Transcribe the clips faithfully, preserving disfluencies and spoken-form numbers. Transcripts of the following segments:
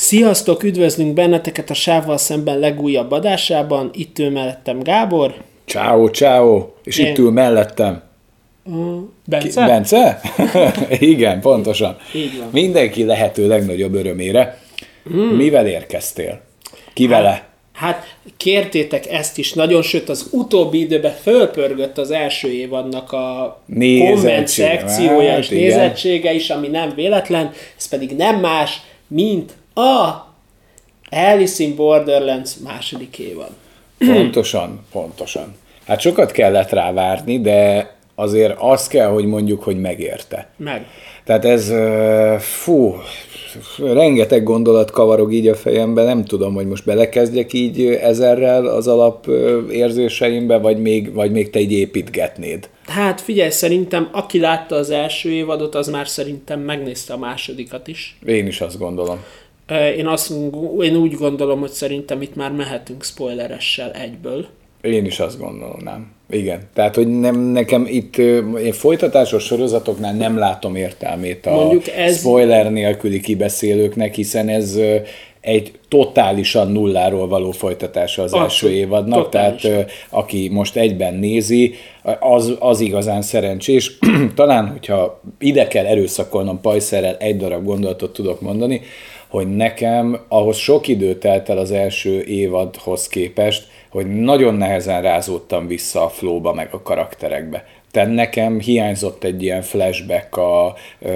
Sziasztok, üdvözlünk benneteket a Sávval szemben legújabb adásában. Itt ül mellettem Gábor. Ciao, ciao. És Én... itt ül mellettem. Uh, Bence? Ki, Bence? Igen, pontosan. Így van. Mindenki lehető legnagyobb örömére. Mm. Mivel érkeztél? Ki vele? Hát, hát kértétek ezt is nagyon, sőt az utóbbi időben fölpörgött az első évadnak a komment szekciója hát, és igen. nézettsége is, ami nem véletlen, ez pedig nem más, mint a Alice in Borderlands második évad. Pontosan, pontosan. Hát sokat kellett rá várni, de azért azt kell, hogy mondjuk, hogy megérte. Meg. Tehát ez, fú, rengeteg gondolat kavarog így a fejembe, nem tudom, hogy most belekezdjek így ezerrel az alap érzéseimbe, vagy még, vagy még te így építgetnéd. Hát figyelj, szerintem aki látta az első évadot, az már szerintem megnézte a másodikat is. Én is azt gondolom. Én, azt, én úgy gondolom, hogy szerintem itt már mehetünk spoileressel egyből. Én is azt gondolom, nem. Igen. Tehát, hogy nem, nekem itt én folytatásos sorozatoknál nem látom értelmét a ez... spoiler nélküli kibeszélőknek, hiszen ez egy totálisan nulláról való folytatása az Abszolút, első évadnak, totálisan. Tehát aki most egyben nézi, az, az igazán szerencsés. Talán, hogyha ide kell erőszakolnom pajszerrel, egy darab gondolatot tudok mondani, hogy nekem ahhoz sok idő telt el az első évadhoz képest, hogy nagyon nehezen rázódtam vissza a flowba meg a karakterekbe. Tehát nekem hiányzott egy ilyen flashback a ö,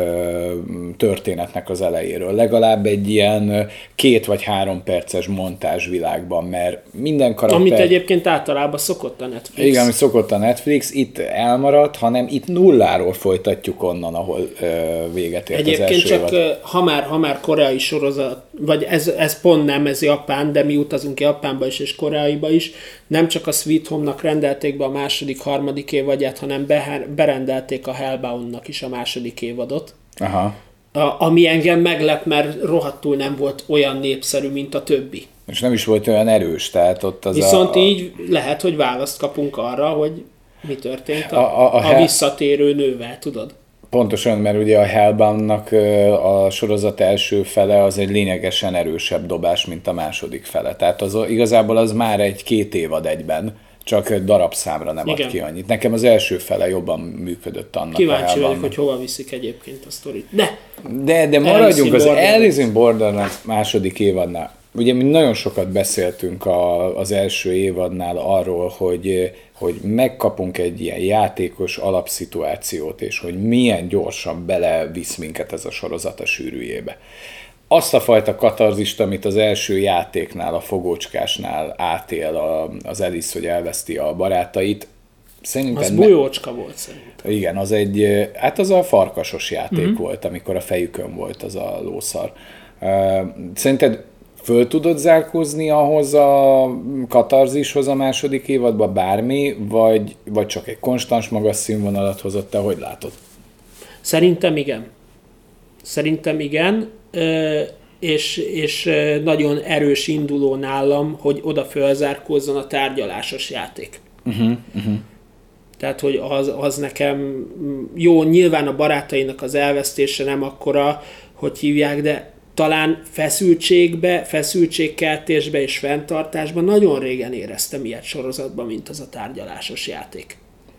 történetnek az elejéről. Legalább egy ilyen két vagy három perces montázsvilágban, mert minden karakter... Amit egyébként általában szokott a Netflix. Igen, amit szokott a Netflix, itt elmaradt, hanem itt nulláról folytatjuk onnan, ahol ö, véget ért egyébként az első csak évad. ha már, ha már koreai sorozat, vagy ez, ez pont nem, ez Japán, de mi utazunk Japánba is és Koreaiba is, nem csak a Sweet Home-nak rendelték be a második, harmadik évadját, hanem berendelték a Hellbound-nak is a második évadot. Aha. A, ami engem meglep, mert rohadtul nem volt olyan népszerű, mint a többi. És nem is volt olyan erős, tehát ott az Viszont a... így lehet, hogy választ kapunk arra, hogy mi történt a, a, a, a, a hell... visszatérő nővel, tudod? Pontosan, mert ugye a Hellbound-nak a sorozat első fele az egy lényegesen erősebb dobás, mint a második fele. Tehát az, igazából az már egy két évad egyben, csak darabszámra nem Igen. ad ki annyit. Nekem az első fele jobban működött annak. Kíváncsi vagyok, hogy hova viszik egyébként a sztorit. De, de, de maradjunk az Alice in Borderlands második évadnál. Ugye mi nagyon sokat beszéltünk a, az első évadnál arról, hogy, hogy megkapunk egy ilyen játékos alapszituációt, és hogy milyen gyorsan belevisz minket ez a sorozat a sűrűjébe. Azt a fajta katarzist, amit az első játéknál, a fogócskásnál átél a, az Alice, hogy elveszti a barátait. Szerintem az bujócska volt szerintem. Igen, az egy, hát az a farkasos játék mm-hmm. volt, amikor a fejükön volt az a lószar. Szerinted föl tudod zárkózni ahhoz a katarzishoz a második évadban bármi, vagy, vagy csak egy konstans magas színvonalat hozott, te hogy látod? Szerintem igen. Szerintem igen, és, és nagyon erős induló nálam, hogy oda fölzárkózzon a tárgyalásos játék. Uh-huh, uh-huh. Tehát, hogy az, az nekem jó, nyilván a barátainak az elvesztése nem akkora, hogy hívják, de talán feszültségbe, feszültségkeltésbe és fenntartásban nagyon régen éreztem ilyet sorozatban, mint az a tárgyalásos játék.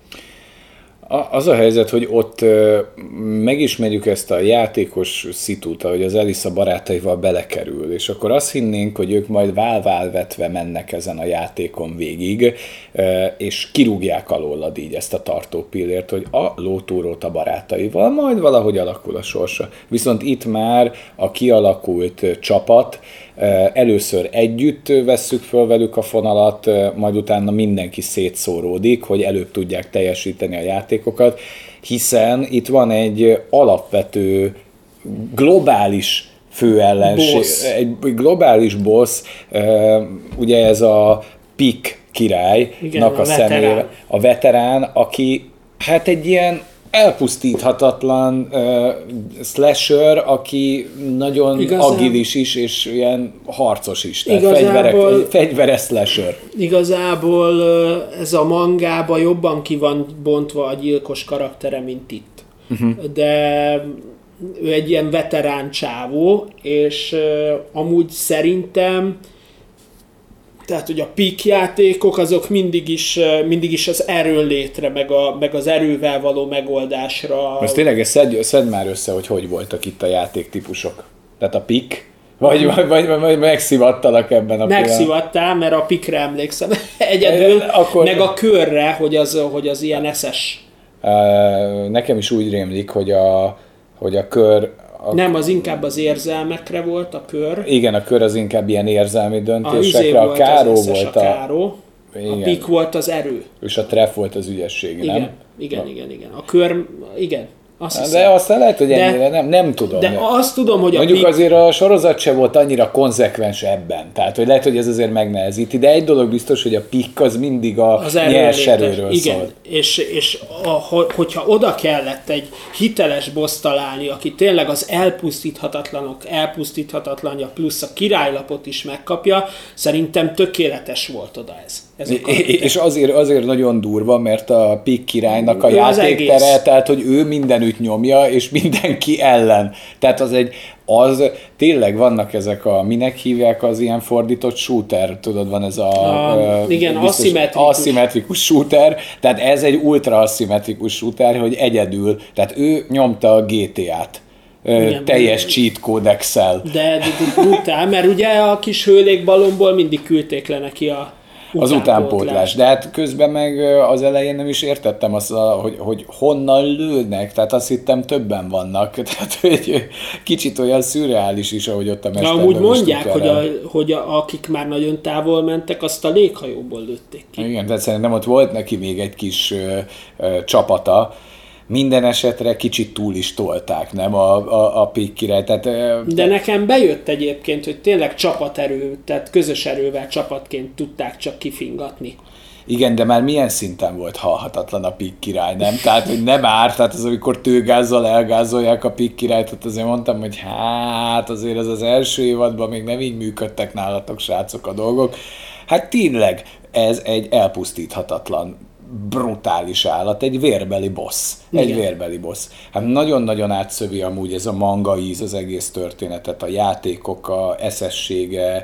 Az a helyzet, hogy ott megismerjük ezt a játékos szitút, hogy az Alice a barátaival belekerül, és akkor azt hinnénk, hogy ők majd válválvetve mennek ezen a játékon végig, és kirúgják alólad így ezt a tartópillért, hogy a lótúrót a barátaival, majd valahogy alakul a sorsa. Viszont itt már a kialakult csapat, először együtt vesszük föl velük a fonalat, majd utána mindenki szétszóródik, hogy előbb tudják teljesíteni a játékokat, hiszen itt van egy alapvető globális főellenség, boss. egy globális boss, ugye ez a Pik királynak a, a személyre, a veterán, aki hát egy ilyen elpusztíthatatlan uh, slasher, aki nagyon Igazán... agilis is, és ilyen harcos is. Tehát igazából... fegyverek, fegyveres slasher. Igazából ez a mangában jobban ki van bontva a gyilkos karaktere, mint itt. Uh-huh. De ő egy ilyen veterán csávó, és uh, amúgy szerintem tehát, hogy a peak játékok azok mindig is, mindig is az erőnlétre, meg, a, meg az erővel való megoldásra. Most tényleg szedd, szedd már össze, hogy hogy voltak itt a játéktípusok. Tehát a peak, vagy, vagy, vagy, vagy megszivattalak ebben a Megszivattál, mert a peakre emlékszem egyedül, akkor... meg a körre, hogy az, hogy az ilyen eszes. Nekem is úgy rémlik, hogy a, hogy a kör... A... Nem, az inkább az érzelmekre volt a kör. Igen, a kör az inkább ilyen érzelmi döntésekre. A, a káró az volt a... Káró. Igen. A pik volt az erő. És a treff volt az ügyesség, igen, nem? Igen, igen, igen. A kör, igen. Azt de aztán lehet, hogy ennyire nem, nem tudom. De azt tudom, hogy mondjuk a pik... azért a sorozat se volt annyira konzekvens ebben. Tehát, hogy lehet, hogy ez azért megnehezíti. De egy dolog biztos, hogy a pik az mindig a az nyers erőről igen. szól. És, és a, hogyha oda kellett egy hiteles boss találni, aki tényleg az elpusztíthatatlanok elpusztíthatatlanja plusz a királylapot is megkapja, szerintem tökéletes volt oda ez. ez és azért, azért nagyon durva, mert a pik királynak a ő játéktere, tehát, hogy ő mindenütt nyomja, és mindenki ellen. Tehát az egy, az tényleg vannak ezek a, minek hívják az ilyen fordított shooter, tudod, van ez a... a uh, igen, aszimmetrikus. aszimmetrikus shooter, tehát ez egy ultra aszimmetrikus shooter, hogy egyedül, tehát ő nyomta a gé té á-t. Igen, teljes cheat kódexsel. De, de, de brutál, mert ugye a kis hőlékbalomból mindig küldték le neki a az utánpótlás. De hát közben meg az elején nem is értettem azt, hogy, hogy honnan lőnek, tehát azt hittem többen vannak. Tehát hogy kicsit olyan szürreális is, ahogy ott a mesterben. Amúgy mondják, hogy, a, hogy a, akik már nagyon távol mentek, azt a léghajóból lőtték ki. Igen, tehát szerintem ott volt neki még egy kis ö, ö, csapata. Minden esetre kicsit túl is tolták, nem a, a, a pik király. Tehát, de nekem bejött egyébként, hogy tényleg csapaterő, tehát közös erővel csapatként tudták csak kifingatni. Igen, de már milyen szinten volt halhatatlan a pik király, nem? Tehát, hogy nem árt, tehát az, amikor tőgázzal elgázolják a pik királyt, tehát azért mondtam, hogy hát azért ez az első évadban még nem így működtek nálatok, srácok, a dolgok. Hát tényleg ez egy elpusztíthatatlan brutális állat, egy vérbeli boss. Egy Igen. vérbeli boss. Hát nagyon-nagyon átszövi amúgy ez a manga íz az egész történetet, a játékok, a eszessége,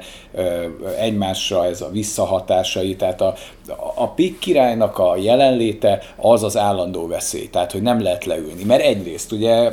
egymásra ez a visszahatásai, tehát a, a pik királynak a jelenléte az az állandó veszély, tehát hogy nem lehet leülni, mert egyrészt ugye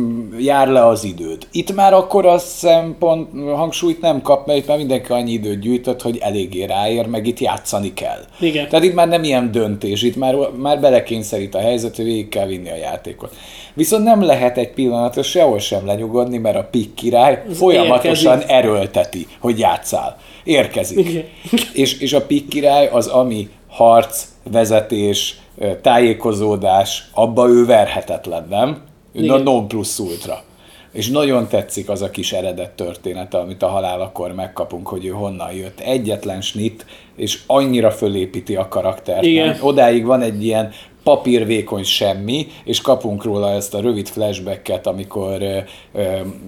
jár le az időd. Itt már akkor a szempont hangsúlyt nem kap, mert itt már mindenki annyi időt gyűjtött, hogy eléggé ráér, meg itt játszani kell. Igen. Tehát itt már nem ilyen döntés, itt már, már belekényszerít a helyzet, hogy végig kell vinni a játékot. Viszont nem lehet egy pillanatra sehol sem lenyugodni, mert a pik király Ez folyamatosan érkezik. erőlteti, hogy játsszál. Érkezik. és, és a pik király az, ami harc, vezetés, tájékozódás, abba ő verhetetlen, nem? Igen. Non plus ultra. És nagyon tetszik az a kis eredet története, amit a halálakor megkapunk, hogy ő honnan jött. Egyetlen snit, és annyira fölépíti a karaktert. Nem? Odáig van egy ilyen papírvékony semmi, és kapunk róla ezt a rövid flashbacket, amikor ö, ö,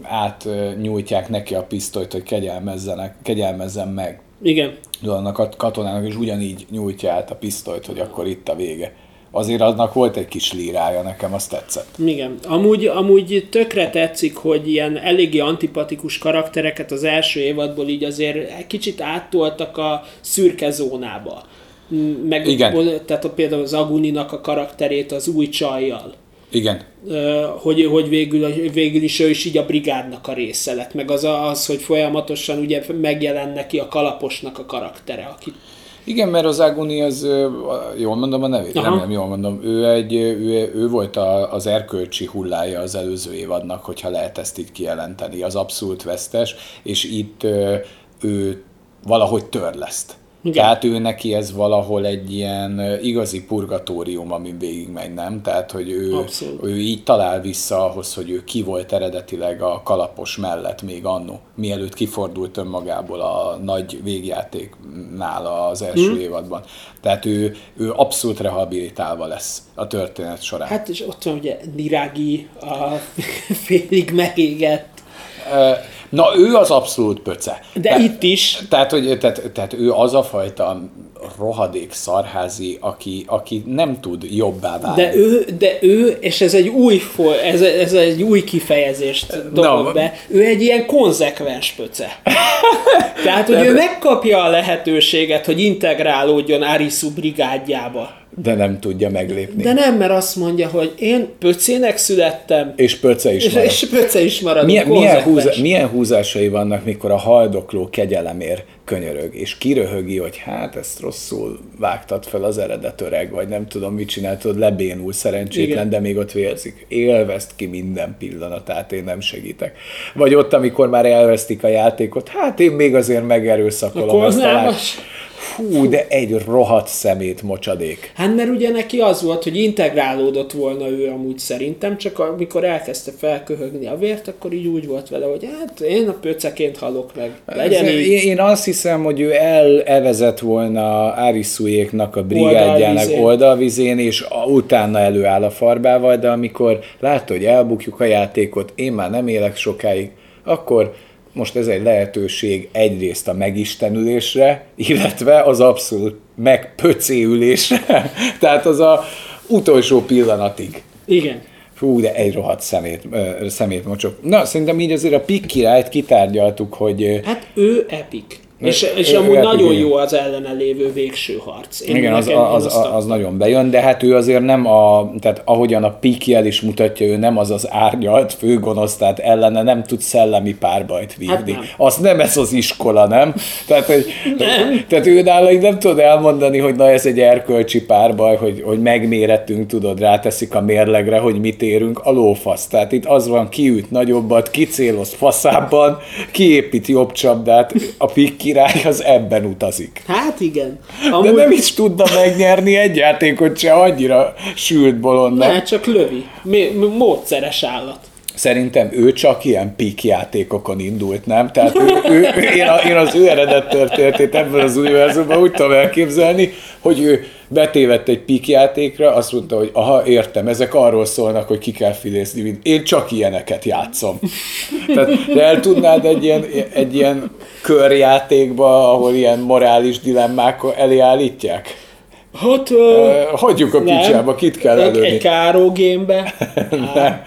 átnyújtják neki a pisztolyt, hogy kegyelmezzenek, kegyelmezzen meg. Igen. Annak a katonának is ugyanígy nyújtja át a pisztolyt, hogy akkor itt a vége. Azért annak volt egy kis lírája, nekem azt tetszett. Igen. Amúgy, amúgy tökre tetszik, hogy ilyen eléggé antipatikus karaktereket az első évadból így azért kicsit áttoltak a szürke zónába. Meg Igen. Tehát például az Aguninak a karakterét az új csajjal. Igen. Hogy, hogy végül, végül is ő is így a brigádnak a része lett. Meg az, az hogy folyamatosan ugye megjelen neki a kalaposnak a karaktere, aki Igen, mert az Aguni az, jól mondom a nevét, Aha. remélem jól mondom, ő, egy, ő, ő volt a, az erkölcsi hullája az előző évadnak, hogyha lehet ezt így kijelenteni, az abszolút vesztes, és itt ő valahogy törleszt. Igen. Tehát ő neki ez valahol egy ilyen igazi purgatórium, amin végigmegy, nem? Tehát, hogy ő, ő így talál vissza ahhoz, hogy ő ki volt eredetileg a kalapos mellett még annó, mielőtt kifordult önmagából a nagy végjátéknál az első hmm. évadban. Tehát ő, ő abszolút rehabilitálva lesz a történet során. Hát és ott van ugye Niragi, a félig megégett. Na, ő az abszolút pöce. De tehát, itt is. Tehát, hogy, tehát, tehát ő az a fajta rohadék szarházi, aki, aki nem tud jobbá válni. De ő, de ő és ez egy új, ez, ez egy új kifejezést dobott be, ő egy ilyen konzekvens pöce. Tehát, hogy de ő de... megkapja a lehetőséget, hogy integrálódjon Arisu brigádjába. De nem tudja meglépni. De nem, mert azt mondja, hogy én pöcének születtem. És pöce is marad. És, és pöce is marad. Milyen, milyen, húza, milyen húzásai vannak, mikor a haldokló kegyelemért könyörög, és kiröhögi, hogy hát ezt rosszul vágtad fel az eredet öreg, vagy nem tudom, mit csináltad, lebénul szerencsétlen, igen. De még ott vérzik. Élvezd ki minden pillanatát, én nem segítek. Vagy ott, amikor már elvesztik a játékot, hát én még azért megerőszakolom ezt a lát... Hú, de egy rohadt szemét mocsadék. Hát mert ugye neki az volt, hogy integrálódott volna ő amúgy szerintem, csak amikor elkezdte felköhögni a vért, akkor így úgy volt vele, hogy hát én a pöceként halok meg. Legyen így. Én azt hiszem, hogy ő el, elvezett volna Arisuéknak a brigádjának oldalvizén. oldalvizén, és utána előáll a farbával, de amikor látta, hogy elbukjuk a játékot, én már nem élek sokáig, akkor most ez egy lehetőség egyrészt a megistenülésre, illetve az abszolút megpöcéülésre. Tehát az a utolsó pillanatig. Igen. Fú, de egy rohadt szemét, szemét mocsok. Na, szerintem így azért a Pikk királyt kitárgyaltuk, hogy... Hát ő epik. És, és amúgy ő nagyon jó az ellene lévő végső harc. Én igen, az, az, az, az nagyon bejön, de hát ő azért nem a, tehát ahogyan a Pikk jel is mutatja, ő nem az az árnyalt főgonosz, tehát ellene nem tud szellemi párbajt vívni. Hát nem. Az nem ez az iskola, nem? Tehát, hogy, nem. tehát ő nála nem tudod elmondani, hogy na ez egy erkölcsi párbaj, hogy, hogy megmérettünk, tudod, ráteszik a mérlegre, hogy mit érünk, a lófasz. Tehát itt az van, kiüt nagyobbat, kicéloz faszábban, kiépít jobb csapdát, a Pikk király az ebben utazik. Hát igen. Amúgy... De nem is tudna megnyerni egy játékot se, annyira sült bolond. Ne, csak lövi. Módszeres állat. Szerintem ő csak ilyen Pikk játékokon indult, nem? Tehát ő, ő, én, a, én az ő eredet történetét ebben az univerzumban úgy tudom elképzelni, hogy ő betévedt egy Pikk játékra, azt mondta, hogy aha, értem, ezek arról szólnak, hogy ki kell filézni, mint én csak ilyeneket játszom. Tehát de el tudnád egy ilyen, egy ilyen körjátékba, ahol ilyen morális dilemmák elé állítják? Hát, uh, hagyjuk a picsába, kit kell előni. Egy káró gémbe. Nem.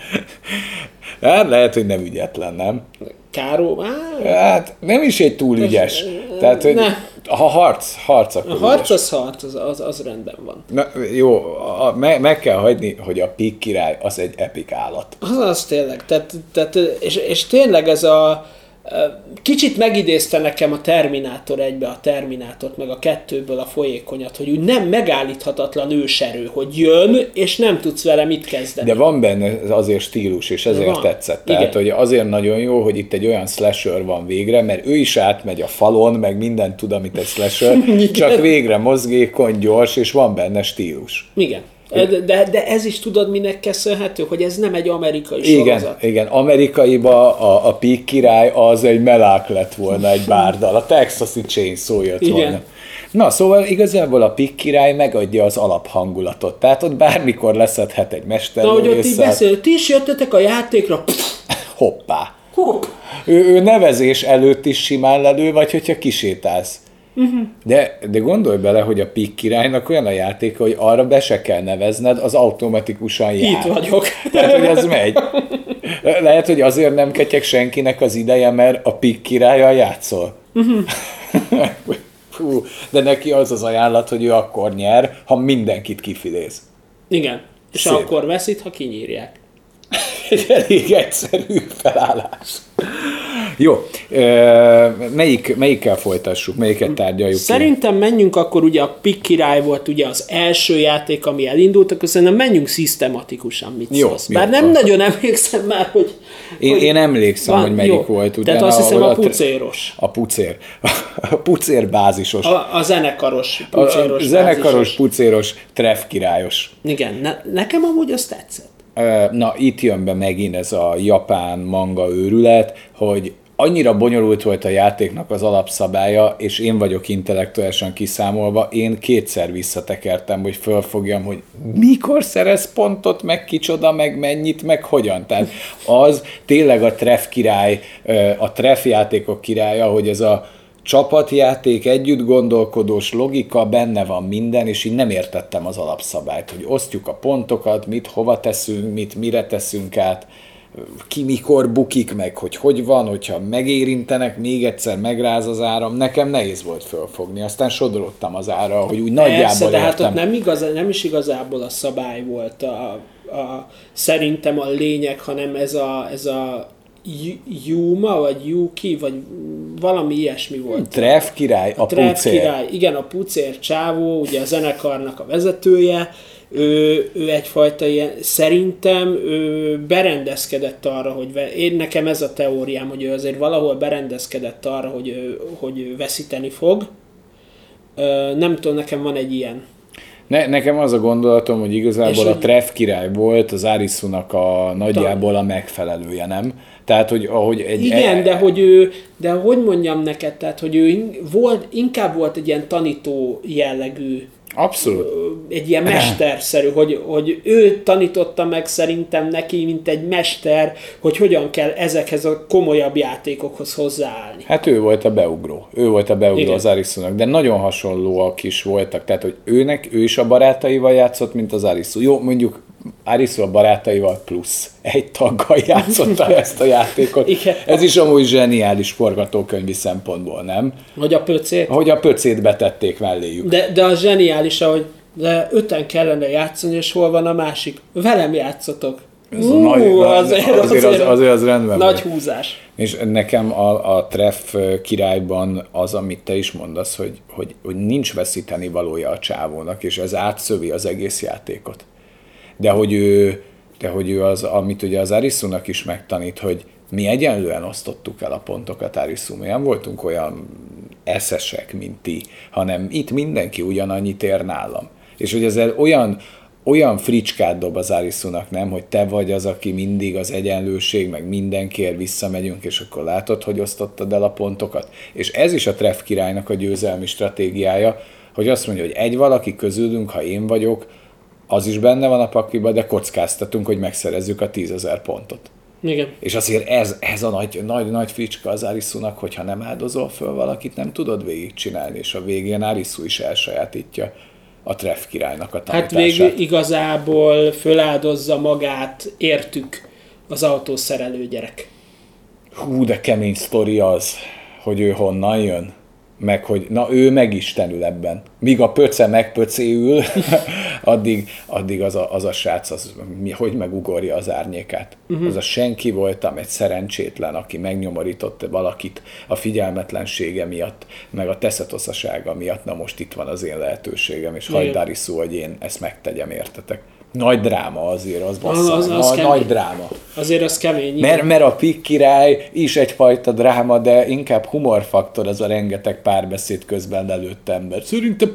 Hát lehet, hogy nem ügyetlen, nem? Káró? Hát nem is egy túl ügyes. Tehát, hogy ha harc, harc akkor a harc az harc, az, az, az rendben van. Na, jó, a, me, meg kell hagyni, hogy a Pikk király az egy epik állat. Az az tényleg. Tehát, tehát, és, és tényleg ez a kicsit megidézte nekem a Terminátor egybe a Terminátort, meg a kettőből a folyékonyat, hogy úgy nem megállíthatatlan őserő, hogy jön, és nem tudsz vele mit kezdeni. De van benne azért stílus, és ezért van. Tetszett. Tehát, igen. Hogy azért nagyon jó, hogy itt egy olyan slasher van végre, mert ő is átmegy a falon, meg mindent tud, amit egy slasher, csak végre mozgékony, gyors, és van benne stílus. Igen. De, de ez is tudod, minek köszönhető, hogy ez nem egy amerikai sorozat. Igen, igen. Amerikaiba a, a Pikk király az egy melák lett volna egy bárdal. A Texasi Chainsaw jött igen. volna. Na, szóval igazából a Pikk király megadja az alaphangulatot. Tehát ott bármikor leszedhet egy mesterlövésszel. Na, hogy ott így beszél, ti is jöttetek a játékra? Hoppá. Hopp. Ő, ő nevezés előtt is simán lelő, vagy hogyha kisétálsz. Uh-huh. De, de gondolj bele, hogy a Pikk királynak olyan a játéka, hogy arra be se kell nevezned, az automatikusan jár. Itt vagyok. Tehát, hogy az megy. Lehet, hogy azért nem ketyeg senkinek az ideje, mert a Pikk királlyal játszol. Uh-huh. Fú, de neki az az ajánlat, hogy ő akkor nyer, ha mindenkit kifiléz. Igen. És szép. Akkor veszít, ha kinyírják. Egy elég egyszerű felállás. Jó, melyik, melyikkel folytassuk, melyiket tárgyaljuk? Szerintem ki? Menjünk akkor, ugye a Pikk király volt ugye az első játék, ami elindult, akkor szerintem menjünk szisztematikusan, mit jó, szólsz. Bár nem van. Nagyon emlékszem már, hogy... Én, hogy én emlékszem, van, hogy melyik jó. Volt. Utána, tehát azt hiszem a pucéros. A pucér. A pucér bázisos. A, a zenekaros pucéros. A, a zenekaros bázisos. Pucéros treff királyos. Igen, ne, nekem amúgy az tetszett. Na, itt jön be megint ez a japán manga őrület, hogy annyira bonyolult volt a játéknak az alapszabálya, és én vagyok intellektuálisan kiszámolva, én kétszer visszatekertem, hogy fölfogjam, hogy mikor szerez pontot, meg kicsoda, meg mennyit, meg hogyan. Tehát az tényleg a treff király, a treff játékok királya, hogy ez a csapatjáték, együtt gondolkodós logika, benne van minden, és így nem értettem az alapszabályt, hogy osztjuk a pontokat, mit hova teszünk, mit mire teszünk át, ki mikor bukik meg, hogy hogy van, hogyha megérintenek, még egyszer megráz az áram, nekem nehéz volt fölfogni, aztán sodródtam az ára, hogy úgy nagyjából Persze, de hát értem. ott nem, igaz, nem is igazából a szabály volt a, a, szerintem a lényeg, hanem ez a, ez a Yuma, vagy Yuki, vagy valami ilyesmi volt. Treff király, a, a Treff király, igen, a pucér csávó, ugye a zenekarnak a vezetője, ő, ő egyfajta ilyen, szerintem ő berendezkedett arra, hogy ve, én nekem ez a teóriám, hogy ő azért valahol berendezkedett arra, hogy ő, hogy ő veszíteni fog. Nem tudom, nekem van egy ilyen. Ne, nekem az a gondolatom, hogy igazából és a Treff király volt az Arisunak a nagyjából a megfelelője, nem? Tehát, hogy ahogy egy... Igen, e... de hogy ő, de hogy mondjam neked, tehát, hogy ő volt, inkább volt egy ilyen tanító jellegű, abszolút. Egy ilyen mesterszerű, hogy, hogy ő tanította meg szerintem neki, mint egy mester, hogy hogyan kell ezekhez a komolyabb játékokhoz hozzáállni. Hát ő volt a beugró. Ő volt a beugró. Igen. Az Arisunak, de nagyon hasonlóak is voltak. Tehát, hogy őnek, ő is a barátaival játszott, mint az Arisu. Jó, mondjuk Arisu a barátaival plusz egy taggal játszotta ezt a játékot. Igen. Ez is amúgy zseniális forgatókönyvi szempontból, nem? Hogy a pöcét? Hogy a pöcét betették melléjük. De, de a zseniális, hogy de öten kellene játszani, és hol van a másik? Velem játszotok. Ez uh, nagy, azért, azért, azért, az, azért az rendben nagy vagy. Húzás. És nekem a, a Treff királyban az, amit te is mondasz, hogy, hogy, hogy nincs veszíteni valója a csávónak, és ez átszövi az egész játékot. De hogy ő, de hogy ő az, amit ugye az Arisunak is megtanít, hogy mi egyenlően osztottuk el a pontokat, Arisu, mi nem voltunk olyan eszesek, mint ti, hanem itt mindenki ugyanannyit ér nálam. És hogy ezzel olyan, olyan fricskát dob az Arisunak, nem, hogy te vagy az, aki mindig az egyenlőség, meg mindenkiért visszamegyünk, és akkor látod, hogy osztottad el a pontokat. És ez is a Treff királynak a győzelmi stratégiája, hogy azt mondja, hogy egy valaki közülünk, ha én vagyok, az is benne van a pakliba, de kockáztatunk, hogy megszerezzük a tízezer pontot. Igen. És azért ez, ez a nagy, nagy, nagy fricska az Arisunak, hogyha nem áldozol föl valakit, nem tudod végigcsinálni, és a végén Arisu is elsajátítja a Treff királynak a tanítását. Hát végül igazából föláldozza magát, értük, az autószerelő gyerek. Hú, de kemény sztori az, hogy ő honnan jön. Meg hogy, na ő megistenül ebben. Míg a pöce megpöcéül, addig, addig az, a, az a srác, az, hogy megugorja az árnyékát. Uh-huh. Az a senki voltam, egy szerencsétlen, aki megnyomorított valakit a figyelmetlensége miatt, meg a teszetoszasága miatt. Na most itt van az én lehetőségem, és hagyd Arisu, hogy én ezt megtegyem, értetek. Nagy dráma azért, az bassza. Az, az, az nagy, nagy dráma. Azért az kemény. Mert, mert a Pikk király is egyfajta dráma, de inkább humorfaktor az a rengeteg párbeszéd közben lelőtt ember. Szerintem...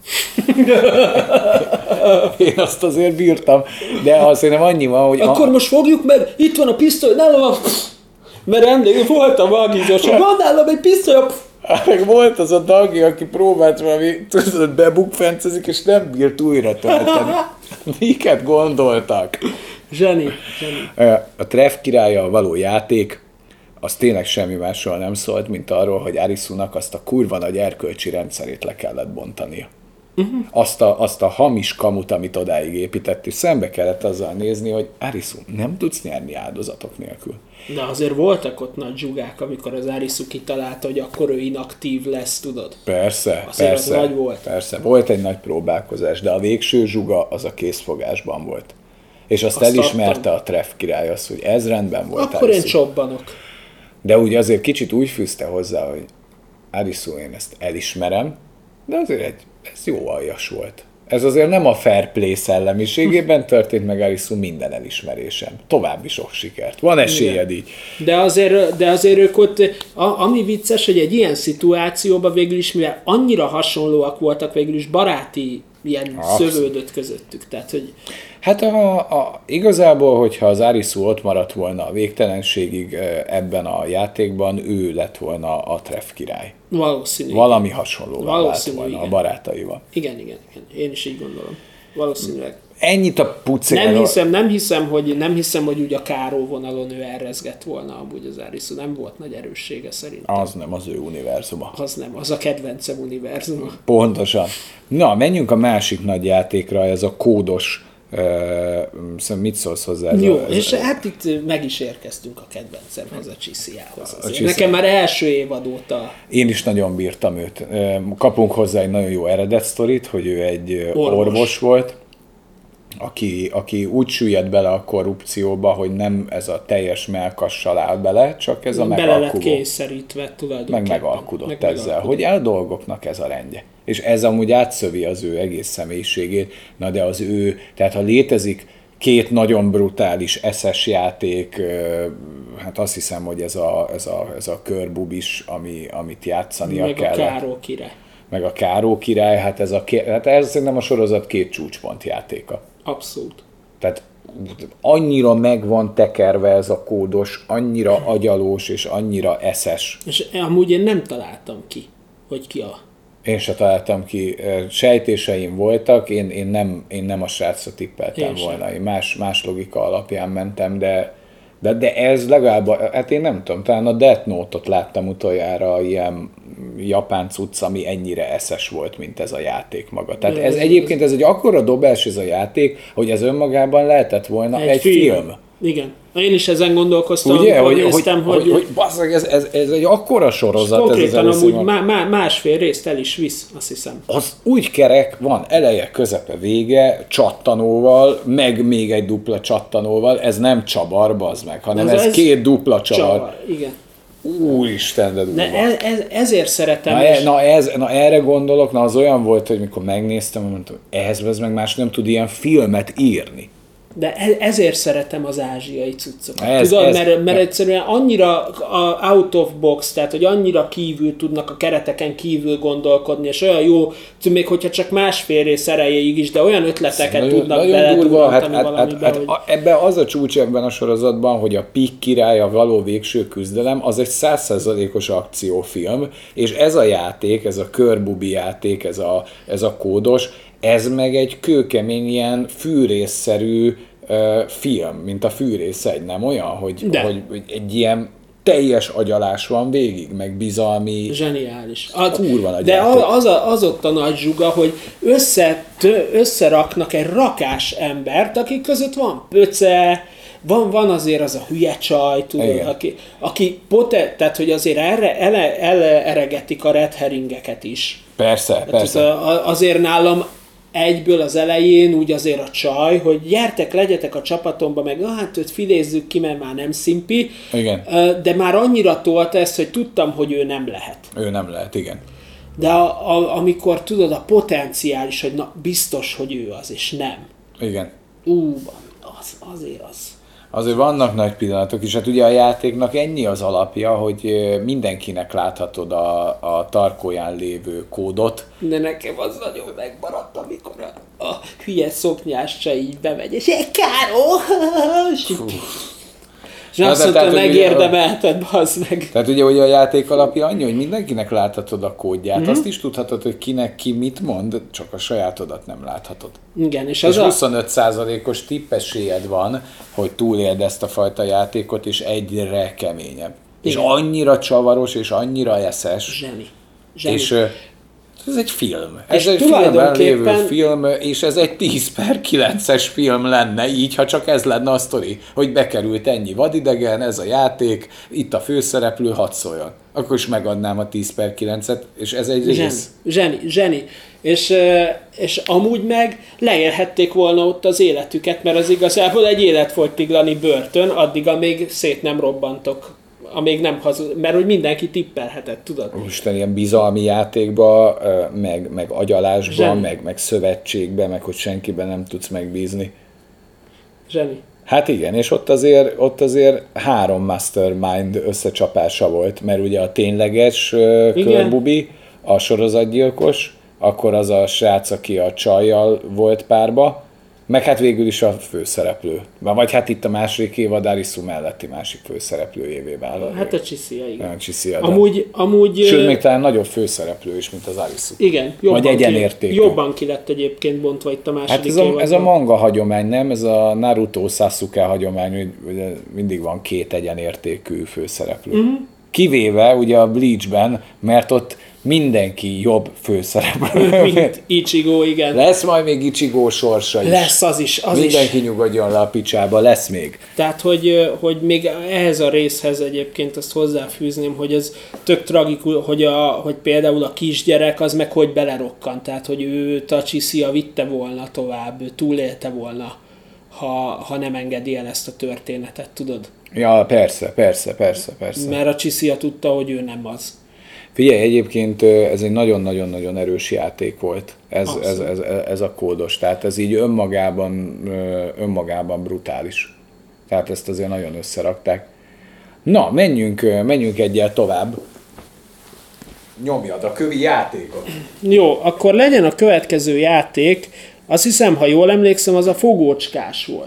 Én azt azért bírtam, de azt nem annyi van, hogy... Akkor a... most fogjuk meg, itt van a pisztoly, nálam a... Mert emlékszem, voltam magizos, van nálam egy pisztoly, meg volt az a Dagi, aki próbált valami, tudod, bebukfencezik, és nem bírt újra tölteni. Miket gondoltak? Zseni, zseni. A Treff királya a való játék, az tényleg semmi másról nem szólt, mint arról, hogy Arisunak azt a kurva nagy erkölcsi rendszerét le kellett bontania. Uh-huh. Azt, a, azt a hamis kamut, amit odáig épített, és szembe kellett azzal nézni, hogy Arisu, nem tudsz nyerni áldozatok nélkül. De azért voltak ott nagy zsugák, amikor az Arisu kitalálta, hogy akkor ő inaktív lesz, tudod? Persze, azért persze, az nagy volt. persze. Volt egy nagy próbálkozás, de a végső zsuga az a készfogásban volt. És azt, azt elismerte adtam. A Treff király azt, hogy ez rendben volt. Akkor Arisu. Én csobbanok. De úgy azért kicsit úgy fűzte hozzá, hogy Arisu, én ezt elismerem, de azért egy, ez jó aljas volt. Ez azért nem a fair play szellemiségében történt meg, Arisu, minden elismerésem. További sok sikert. Van esélyed így. De azért, de azért ők ott, a, ami vicces, hogy egy ilyen szituációban végül is, mivel annyira hasonlóak voltak végül is baráti ilyen Abszett. szövődött közöttük. Tehát, hogy... Hát a, a, igazából, hogyha az Arisu ott maradt volna a végtelenségig ebben a játékban, ő lett volna a treff király. Valószínű. Valami hasonlóval vált volna igen. a barátaival. Igen, igen, igen. Én is így gondolom. Valószínűleg. Ennyit a pucéról. Nem hiszem, nem hiszem, hogy, nem hiszem, hogy úgy a káró vonalon ő elrezgett volna amúgy az Arisu. Nem volt nagy erőssége szerintem. Az nem az ő univerzuma. Az nem, az a kedvencem univerzuma. Pontosan. Na, menjünk a másik nagy játékra, ez a kódos. Uh, mit szólsz hozzá? Ez Jó, a, ez és a... hát itt meg is érkeztünk a kedvencemhez, a Csissiához. Nekem már első évad óta... Én is nagyon bírtam őt. Kapunk hozzá egy nagyon jó eredet sztorit, hogy ő egy orvos, orvos volt, aki, aki úgy süllyed bele a korrupcióba, hogy nem ez a teljes melkassal áll bele, csak ez a bele megalkudó. Bele lett kényszerítve tulajdonképpen. Meg megalkudott meg ezzel, megalkudott. Hogy el dolgoknak ez a rendje. És ez amúgy átszövi az ő egész személyiségét, na de az ő, tehát ha létezik két nagyon brutális eszes játék, hát azt hiszem, hogy ez a, ez a, ez a körbubis, ami, amit játszania meg kellett. Meg a Káró király. Meg a Káró király, hát ez, a, hát ez szerintem a sorozat két csúcspont játéka. Abszolút. Tehát annyira meg van tekerve ez a kódos, annyira agyalós és annyira eszes. És amúgy én nem találtam ki, hogy ki a... Én se találtam ki. Sejtéseim voltak, én, én, nem, én nem a srácra tippeltem én volna. Én más, más logika alapján mentem, de, de, de ez legalább, hát én nem tudom, talán a Death Note-ot láttam utoljára ilyen japán cucc, ami ennyire eszes volt, mint ez a játék maga. Tehát ez egyébként ez egy akkora dobás ez a játék, hogy ez önmagában lehetett volna egy, egy film. film. Igen. Én is ezen gondolkoztam, ugye, amikor hogy, néztem, hogy... hogy, hogy, hogy basszak, ez, ez, ez egy akkora sorozat. Konkrétan ez amúgy má, má, másfél részt el is visz, azt hiszem. Az úgy kerek, van eleje, közepe, vége, csattanóval, meg még egy dupla csattanóval, ez nem csavar, bazd meg, hanem ez, ez két dupla csavar. csavar. Igen. Úristen, de durva. Ez, ez, ezért szeretem. Na, és... na, ez, na erre gondolok, na az olyan volt, hogy mikor megnéztem, mondtam, ehhez ez meg más nem tud ilyen filmet írni. De ezért szeretem az ázsiai cuccokat. Ez, Tudod, ez, mert, mert egyszerűen annyira out of box, tehát hogy annyira kívül tudnak a kereteken kívül gondolkodni, és olyan jó, még hogyha csak másfél rész erejéig is, de olyan ötleteket nagyon, tudnak beletudantani hát, valamiben. Hát, hogy... hát, ebben az a csúcs ebben a sorozatban, hogy a Pig király, a való végső küzdelem, az egy száz százalékos akciófilm, és ez a játék, ez a körbubi játék, ez a, ez a kódos, ez meg egy kőkemény ilyen fűrészszerű uh, film, mint a Fűrész egy, nem olyan, hogy, hogy, hogy egy ilyen teljes agyalás van végig, meg bizalmi... Zseniális. A, kurva nagy de az, a, az ott a nagy zsuga, hogy össze, tö, összeraknak egy rakás embert, akik között van pöce, van, van azért az a hülye csaj, tudod, aki, aki pote, tehát hogy azért erre ele, eleregetik a red herringeket is. Persze, tehát persze. Azért nálam egyből az elején úgy azért a csaj, hogy gyertek, legyetek a csapatomba, meg ah, hát őt filézzük ki, mert már nem szimpi. Igen. De már annyira tolta ezt, hogy tudtam, hogy ő nem lehet. Ő nem lehet, igen. De a, a, amikor tudod, a potenciális, hogy na, biztos, hogy ő az, és nem. Igen. Ú, az, azért az. Azért vannak nagy pillanatok is, hát ugye a játéknak ennyi az alapja, hogy mindenkinek láthatod a, a tarkóján lévő kódot. De nekem az nagyon megmaradt, amikor a, a hülye szoknyás csaj így bemegy, és egy Káró! És azt mondta, tehát, megérdemelted, bazd meg. Tehát ugye, hogy a játék alapja annyi, hogy mindenkinek láthatod a kódját, mm-hmm. azt is tudhatod, hogy kinek ki mit mond, csak a sajátodat nem láthatod. Igen, és, és az huszonöt százalékos tippesélyed van, hogy túléld ezt a fajta játékot, és egyre keményebb. Igen. És annyira csavaros, és annyira eszes. Zseni. Zseni. És ez egy film. Ez egy filmben lévő film, és ez egy tíz per kilences film lenne, így, ha csak ez lenne a sztori, hogy bekerült ennyi vadidegen, ez a játék, itt a főszereplő, hadd szóljon. Akkor is megadnám a tíz per kilencet, és ez egy rész. Zseni, zseni. zseni. És, és amúgy meg leélhették volna ott az életüket, mert az igazából egy életfogytiglani börtön, addig, amíg szét nem robbantok. Amíg nem hazud, mert hogy mindenki tippelhetett, tudod? Isten, ilyen bizalmi játékba, meg, meg agyalásban, meg, meg szövetségben, meg hogy senkiben nem tudsz megbízni. Zseni. Hát igen, és ott azért, ott azért három mastermind összecsapása volt, mert ugye a tényleges körbubi, a sorozatgyilkos, akkor az a srác, aki a csajjal volt párba, meg hát végül is a főszereplő. Vagy hát itt a második évad Arisu melletti másik főszereplőjévé vállal. Hát a Csiszia, igen. A Csiszia, amúgy, amúgy, sőt, még talán nagyobb főszereplő is, mint az Arisu. Igen, jobban, vagy egyenértékű. Ki, jobban ki lett egyébként bontva itt a második hát ez a, ez a manga hagyomány, nem? Ez a Naruto Sasuke hagyomány, hogy mindig van két egyenértékű főszereplő. Uh-huh. Kivéve ugye a Bleachben, mert ott mindenki jobb főszereplő. Mint Ichigo, igen. Lesz majd még Ichigo sorsa is. Lesz, az is. Az mindenki is. nyugodjon le a picsába, lesz még. Tehát, hogy, hogy még ehhez a részhez egyébként azt hozzáfűzném, hogy ez tök tragikus, hogy, a, hogy például a kisgyerek az meg hogy belerokkan. Tehát, hogy ő a Csiszia vitte volna tovább, ő túlélte volna, ha, ha nem engedi el ezt a történetet, tudod? Ja, persze, persze, persze, persze. Mert a Csiszia tudta, hogy ő nem az. Figyelj, egyébként ez egy nagyon-nagyon-nagyon erős játék volt, ez, ez, ez, ez a kódos, tehát ez így önmagában, önmagában brutális. Tehát ezt azért nagyon összerakták. Na, menjünk, menjünk egyel tovább. Nyomjad a kövi játékot. Jó, akkor legyen a következő játék, azt hiszem, ha jól emlékszem, az a fogócskás volt.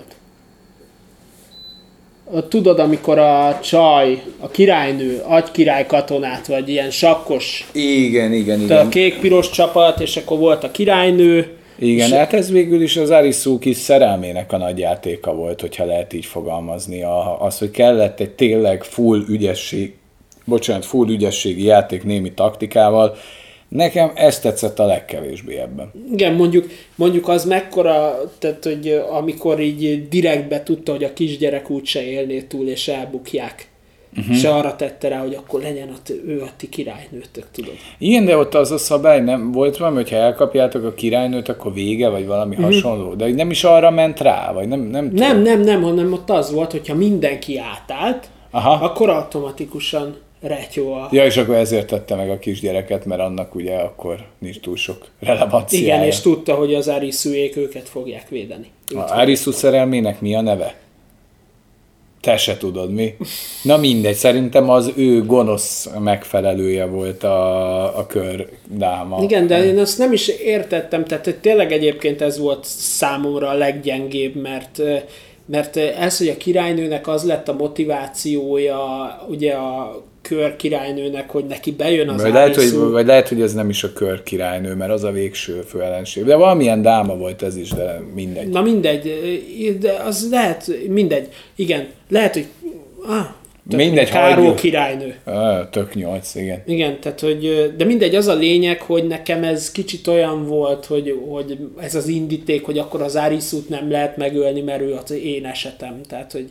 Tudod, amikor a csaj, a királynő, agykirály katonát, vagy ilyen sakkos... Igen, igen, igen. A kék-piros csapat, és akkor volt a királynő. Igen, hát ez végül is az Arisu kis szerelmének a nagy játéka volt, hogyha lehet így fogalmazni. Az, hogy kellett egy tényleg full ügyesség, bocsánat, full ügyességi játék némi taktikával. Nekem ez tetszett a legkevésbé ebben. Igen, mondjuk, mondjuk az mekkora, tehát hogy amikor így direktbe tudta, hogy a kisgyerek úgyse élné túl, és elbukják. Uh-huh. És arra tette rá, hogy akkor legyen ott, ő a ti királynőtök, tudod. Igen, de ott az a szabály nem volt valami, hogyha elkapjátok a királynőt, akkor vége, vagy valami uh-huh. hasonló. De nem is arra ment rá, vagy nem Nem, nem, nem, nem, hanem ott az volt, hogyha mindenki átállt, aha. akkor automatikusan retyó a... Ja, és akkor ezért tette meg a kisgyereket, mert annak ugye akkor nincs túl sok relevanciája. Igen, és tudta, hogy az Arisuék őket fogják védeni. A Arisu szerelmének mi a neve? Te se tudod mi. Na mindegy, szerintem az ő gonosz megfelelője volt a, a kördáma. Igen, de én azt nem is értettem, tehát tényleg egyébként ez volt számomra a leggyengébb, mert mert ez, hogy a királynőnek az lett a motivációja, ugye a kör királynőnek, hogy neki bejön az vagy lehet, hogy, vagy lehet, hogy ez nem is a kör királynő, mert az a végső főellenség. De valamilyen dáma volt ez is, de mindegy. Na mindegy, de az lehet, mindegy. Igen, lehet, hogy ah, mindegy, Káró hagyjuk. Királynő. Ah, tök nyolc, igen. Igen, tehát, hogy, de mindegy, az a lényeg, hogy nekem ez kicsit olyan volt, hogy, hogy ez az indíték, hogy akkor az Arisut nem lehet megölni, mert ő az én esetem. Tehát, hogy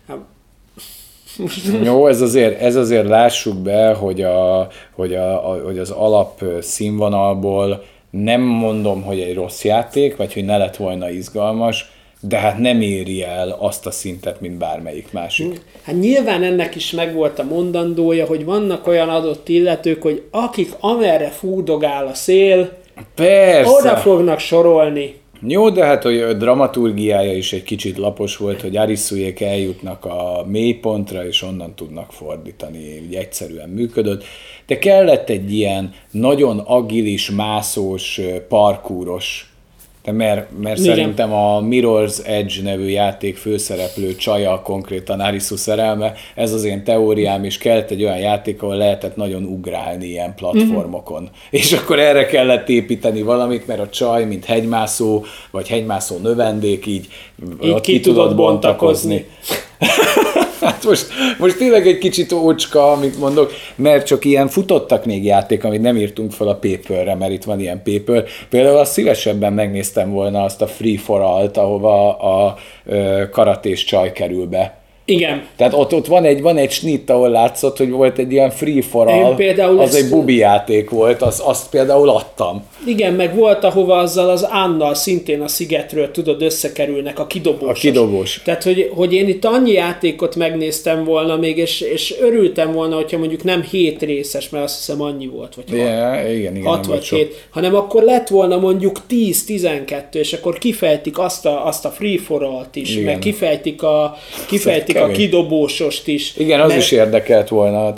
jó, ez azért, ez azért lássuk be, hogy, a, hogy, a, a, hogy az alap színvonalból nem mondom, hogy egy rossz játék, vagy hogy ne lett volna izgalmas, de hát nem éri el azt a szintet, mint bármelyik másik. Hát nyilván ennek is megvolt a mondandója, hogy vannak olyan adott illetők, hogy akik amerre fúdogál a szél, persze, oda fognak sorolni. Jó, de hát hogy a dramaturgiája is egy kicsit lapos volt, hogy Arisuék eljutnak a mélypontra, és onnan tudnak fordítani, úgy egyszerűen működött. De kellett egy ilyen nagyon agilis, mászós, parkúros, de mert, mert szerintem a Mirror's Edge nevű játék főszereplő csaja konkrétan Arisu szerelme, ez az én teóriám, és kellett egy olyan játék, ahol lehetett nagyon ugrálni ilyen platformokon. Mm-hmm. És akkor erre kellett építeni valamit, mert a csaj, mint hegymászó, vagy hegymászó növendék, így, így ott ki, ki tudott bontakozni. bontakozni. Hát most, most tényleg egy kicsit ócska, amit mondok, mert csak ilyen futottak még játék, amit nem írtunk fel a paperre, mert itt van ilyen paper. Például azt szívesebben megnéztem volna azt a Free for All-t, ahova a, a karatés csaj kerül be. Igen. Tehát ott, ott van egy, van egy snitt, ahol látszott, hogy volt egy ilyen Free for All, az egy bubi játék volt, az, azt például adtam. Igen, meg volt, ahova azzal az Annal szintén a szigetről, tudod, összekerülnek a kidobós. A kidobós. Tehát, hogy, hogy én itt annyi játékot megnéztem volna még, és, és örültem volna, hogyha mondjuk nem hét részes, mert azt hiszem annyi volt, vagy yeah, hat, igen, igen, hat vagy hét, hanem akkor lett volna mondjuk tíz-tizenkettő, és akkor kifejtik azt a, azt a Free for All-t is, igen. Meg kifejtik a, kifejtik a kidobósost is. Igen, az mert... is érdekelt volna, tehát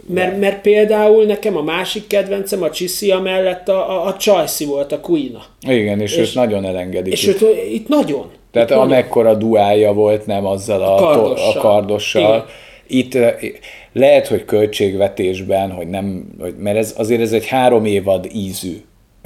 Mert, mert például nekem a másik kedvencem a Csiszia mellett a, a, a Csajci volt, a Kuina. Igen, és, és őt nagyon elengedik. És itt. Őt itt nagyon. Tehát itt amekkora nagyon. Duálja volt, nem azzal a, a kardossal. A kardossal. Itt lehet, hogy költségvetésben, hogy nem, mert ez, azért ez egy három évad ízű,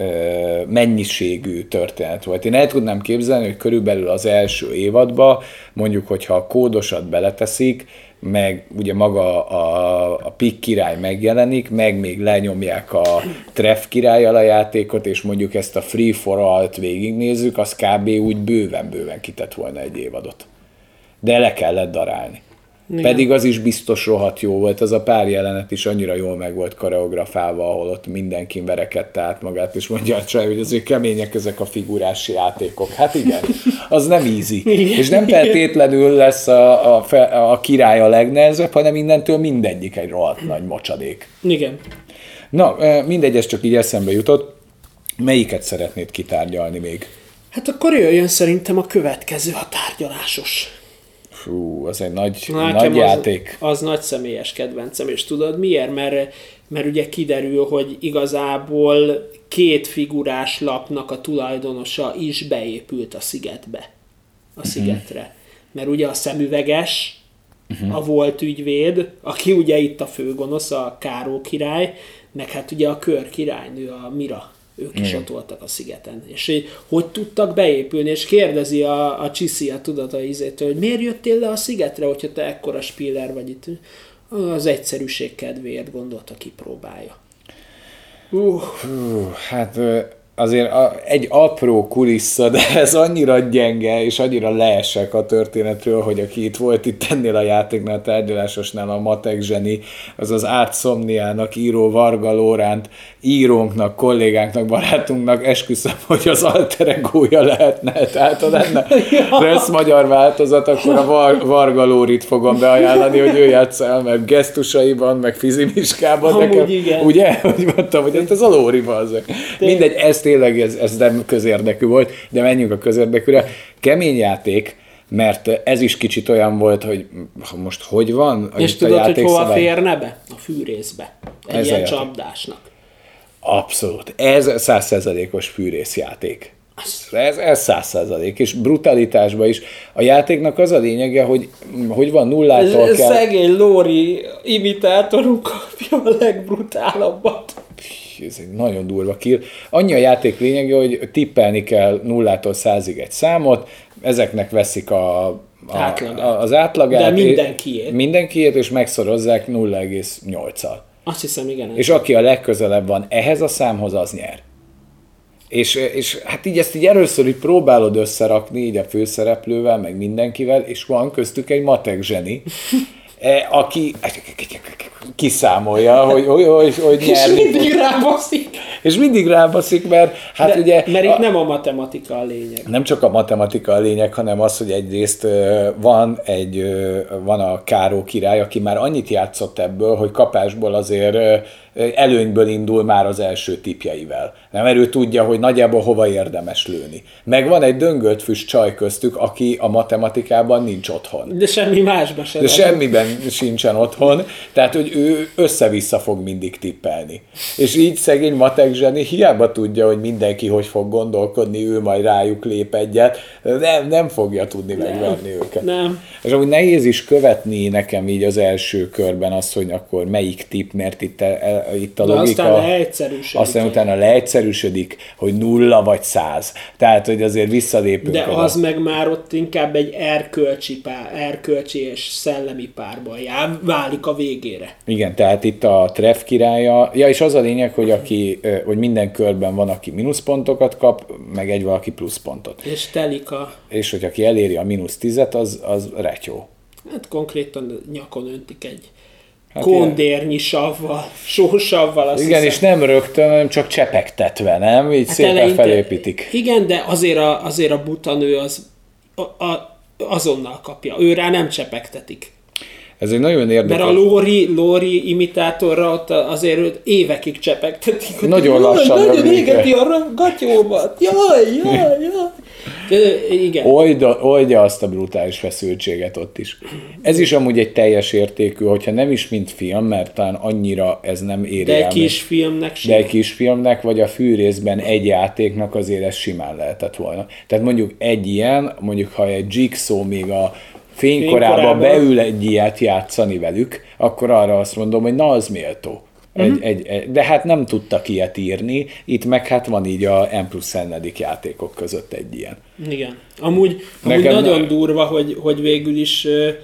mennyiségű történet volt. Én el tudnám képzelni, hogy körülbelül az első évadban, mondjuk, hogyha a kódosat beleteszik, meg ugye maga a, a Pick király megjelenik, meg még lenyomják a Treff királlyal a játékot, és mondjuk ezt a Free for All-t végignézzük, az kb. Úgy bőven-bőven kitett volna egy évadot. De le kellett darálni. Igen. Pedig az is biztos rohadt jó volt, az a pár jelenet is annyira jól meg volt koreografálva, ahol ott mindenki verekedte át magát, és mondja a csaj, hogy azért kemények ezek a figurás játékok. Hát igen, az nem easy. Igen. És nem feltétlenül lesz a, a, a király a legnehezebb, hanem innentől mindegyik egy rohadt nagy mocsadék. Igen. Na, mindegy, ez csak így eszembe jutott. Melyiket szeretnéd kitárgyalni még? Hát akkor jöjjön szerintem a következő, a tárgyalásos. Fú, az egy nagy, nagy játék. Az, az nagy személyes kedvencem, és tudod miért? Mert, mert ugye kiderül, hogy igazából két figurás lapnak a tulajdonosa is beépült a szigetbe, a uh-huh. szigetre. Mert ugye a szemüveges, uh-huh. a volt ügyvéd, aki ugye itt a főgonosz, a Káró király, meg hát ugye a Kör királynő, a Mira. Ők is mm. ott voltak a szigeten. És hogy tudtak beépülni, és kérdezi a, a Csiszia, tudod, a izétől, hogy miért jöttél le a szigetre, hogyha te ekkora spiller vagy itt. Az egyszerűség kedvéért gondolta, kipróbálja. Uh. Uh, hát azért egy apró kulissza, de ez annyira gyenge, és annyira leesek a történetről, hogy aki itt volt itt ennél a játéknál, a tárgyalásosnál, a matek zseni, az az Art Somniának író Varga Lóránt, írónknak, kollégánknak, barátunknak esküszöm, hogy az alter egója lehetne. Tehát ha lenne lesz magyar változat, akkor a Var- Varga Lórit fogom beajánlani, hogy ő játssza el, meg gesztusaiban, meg fizimiskában. Nekem, ugye? Hogy mondtam, hogy ez a Lóri bazzeg. Mindegy, ez tényleg ez, ez nem közérdekű volt, de menjünk a közérdekűre. Kemény játék, mert ez is kicsit olyan volt, hogy most hogy van? És tudod, hogy hova férne be? A fűrészbe. Egy ez ilyen csapdásnak. Abszolút. Ez száz százalékos fűrészjáték. Ez, ez száz százalék, és brutalitásban is. A játéknak az a lényege, hogy hogy van nullától ez, kell... Szegény Lóri imitátorunk kapja a legbrutálabbat. Ez egy nagyon durva kill. Annyi a játék lényege, hogy tippelni kell nullától százig egy számot, ezeknek veszik a, a, átlagát. az átlagát. De mindenkiért. Mindenkiért, és megszorozzák nulla egész nyolccal. Azt hiszem, igen. És aki a legközelebb van ehhez a számhoz, az nyer. És, és hát így ezt így először így próbálod összerakni így a főszereplővel, meg mindenkivel, és van köztük egy matek zseni, aki kiszámolja, hogy, hogy, hogy, hogy nyerni. És mindig rábaszik. És mindig rábaszik, mert hát De, ugye... Mert itt a, nem a matematika a lényeg. Nem csak a matematika a lényeg, hanem az, hogy egyrészt van, egy, van a Káró király, aki már annyit játszott ebből, hogy kapásból azért előnyből indul már az első tippjeivel. Nem, mert ő tudja, hogy nagyjából hova érdemes lőni. Meg van egy döngölt füst csaj köztük, aki a matematikában nincs otthon. De semmi másban sem. De semmiben sincsen otthon, tehát hogy ő össze-vissza fog mindig tippelni. És így szegény matek zseni hiába tudja, hogy mindenki hogy fog gondolkodni, ő majd rájuk lép egyet, nem, nem fogja tudni nem, megverni őket. Nem. És amúgy nehéz is követni nekem így az első körben azt, hogy akkor melyik tipp, mert itt, itt a de logika... aztán leegyszerűsödik. Aztán utána leegyszerűsödik, hogy nulla vagy száz. Tehát, hogy azért visszalépünk. De az a... meg már ott inkább egy erkölcsi, pár, erkölcsi és szellemi párban já, válik a végére. Igen, tehát itt a Treff királya, ja, és az a lényeg, hogy, aki, hogy minden körben van, aki mínuszpontokat kap, meg egy valaki pluszpontot. És telik a... És hogy aki eléri a mínusz tízet, az, az retyó. Hát konkrétan nyakon öntik egy hát kondérnyi savval, sósavval. Azt igen, hiszem. És nem rögtön, hanem csak csepegtetve, nem? Így hát szépen eleinte, felépítik. Igen, de azért a, azért a butanő az a, a, azonnal kapja. Ő rá nem csepegtetik. Ez egy nagyon érdekes. Mert a Lóri, Lóri imitátorra ott azért évekig csepegtetik. Nagyon lassan. Nagyon égeti a gatyómat. Jaj, jaj, jaj. Igen. Oldja, oldja azt a brutális feszültséget ott is. Ez is amúgy egy teljes értékű, hogyha nem is mint film, mert talán annyira ez nem éri de el. De egy kisfilmnek De egy kisfilmnek, vagy a fűrészben egy játéknak azért ez simán lehetett volna. Tehát mondjuk egy ilyen, mondjuk ha egy Jigsaw még a fénykorában beül egy ilyet játszani velük, akkor arra azt mondom, hogy na, az méltó. Egy, uh-huh. egy, egy, de hát nem tudtak ilyet írni, itt meg hát van így a M plusz N-edik játékok között egy ilyen. Igen. Amúgy, amúgy nagyon ne... durva, hogy, hogy végül is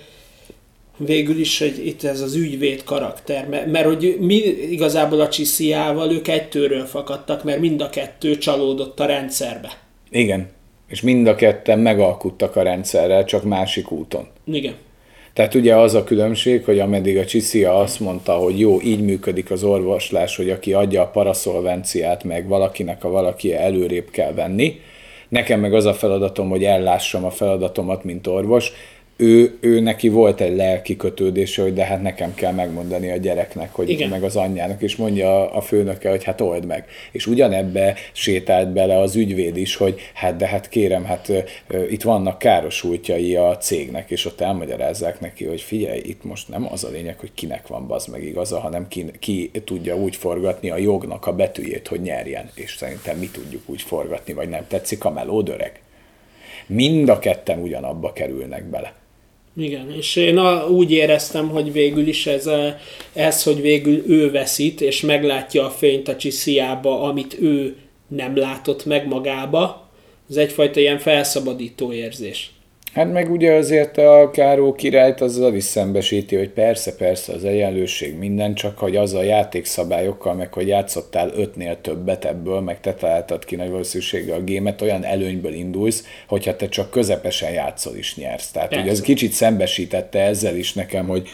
végül is hogy itt ez az ügyvéd karakter, mert, mert hogy mi igazából a Csisziával ők egytőről fakadtak, mert mind a kettő csalódott a rendszerbe. Igen. És mind a ketten megalkuttak a rendszerrel, csak másik úton. Igen. Tehát ugye az a különbség, hogy ameddig a Csisia azt mondta, hogy jó, így működik az orvoslás, hogy aki adja a paraszolvenciát, meg valakinek a valaki előrébb kell venni, nekem meg az a feladatom, hogy ellássam a feladatomat, mint orvos, ő, ő neki volt egy lelki kötődése, hogy de hát nekem kell megmondani a gyereknek, hogy igen. meg az anyjának, és mondja a főnöke, hogy hát old meg. És ugyanebbe sétált bele az ügyvéd is, hogy hát de hát kérem, hát uh, itt vannak károsultjai a cégnek, és ott elmagyarázzák neki, hogy figyelj, itt most nem az a lényeg, hogy kinek van bazd meg igaza, hanem ki, ki tudja úgy forgatni a jognak a betűjét, hogy nyerjen. És szerintem mi tudjuk úgy forgatni, vagy nem tetszik a melód, öreg. Mind a ketten ugyanabba kerülnek bele. Igen, és én a, úgy éreztem, hogy végül is ez, ez, hogy végül ő veszít, és meglátja a fényt a Csisziába, amit ő nem látott meg magába, ez egyfajta ilyen felszabadító érzés. Hát meg ugye azért a Káró királyt azzal is szembesíti, hogy persze, persze az egyenlőség minden, csak hogy az a játékszabályokkal, meg hogy játszottál ötnél többet ebből, meg te találtad ki nagy valószínűséggel a gémet, olyan előnyből indulsz, hogyha te csak közepesen játszol is nyersz. Tehát ugye ez kicsit szembesítette ezzel is nekem, hogy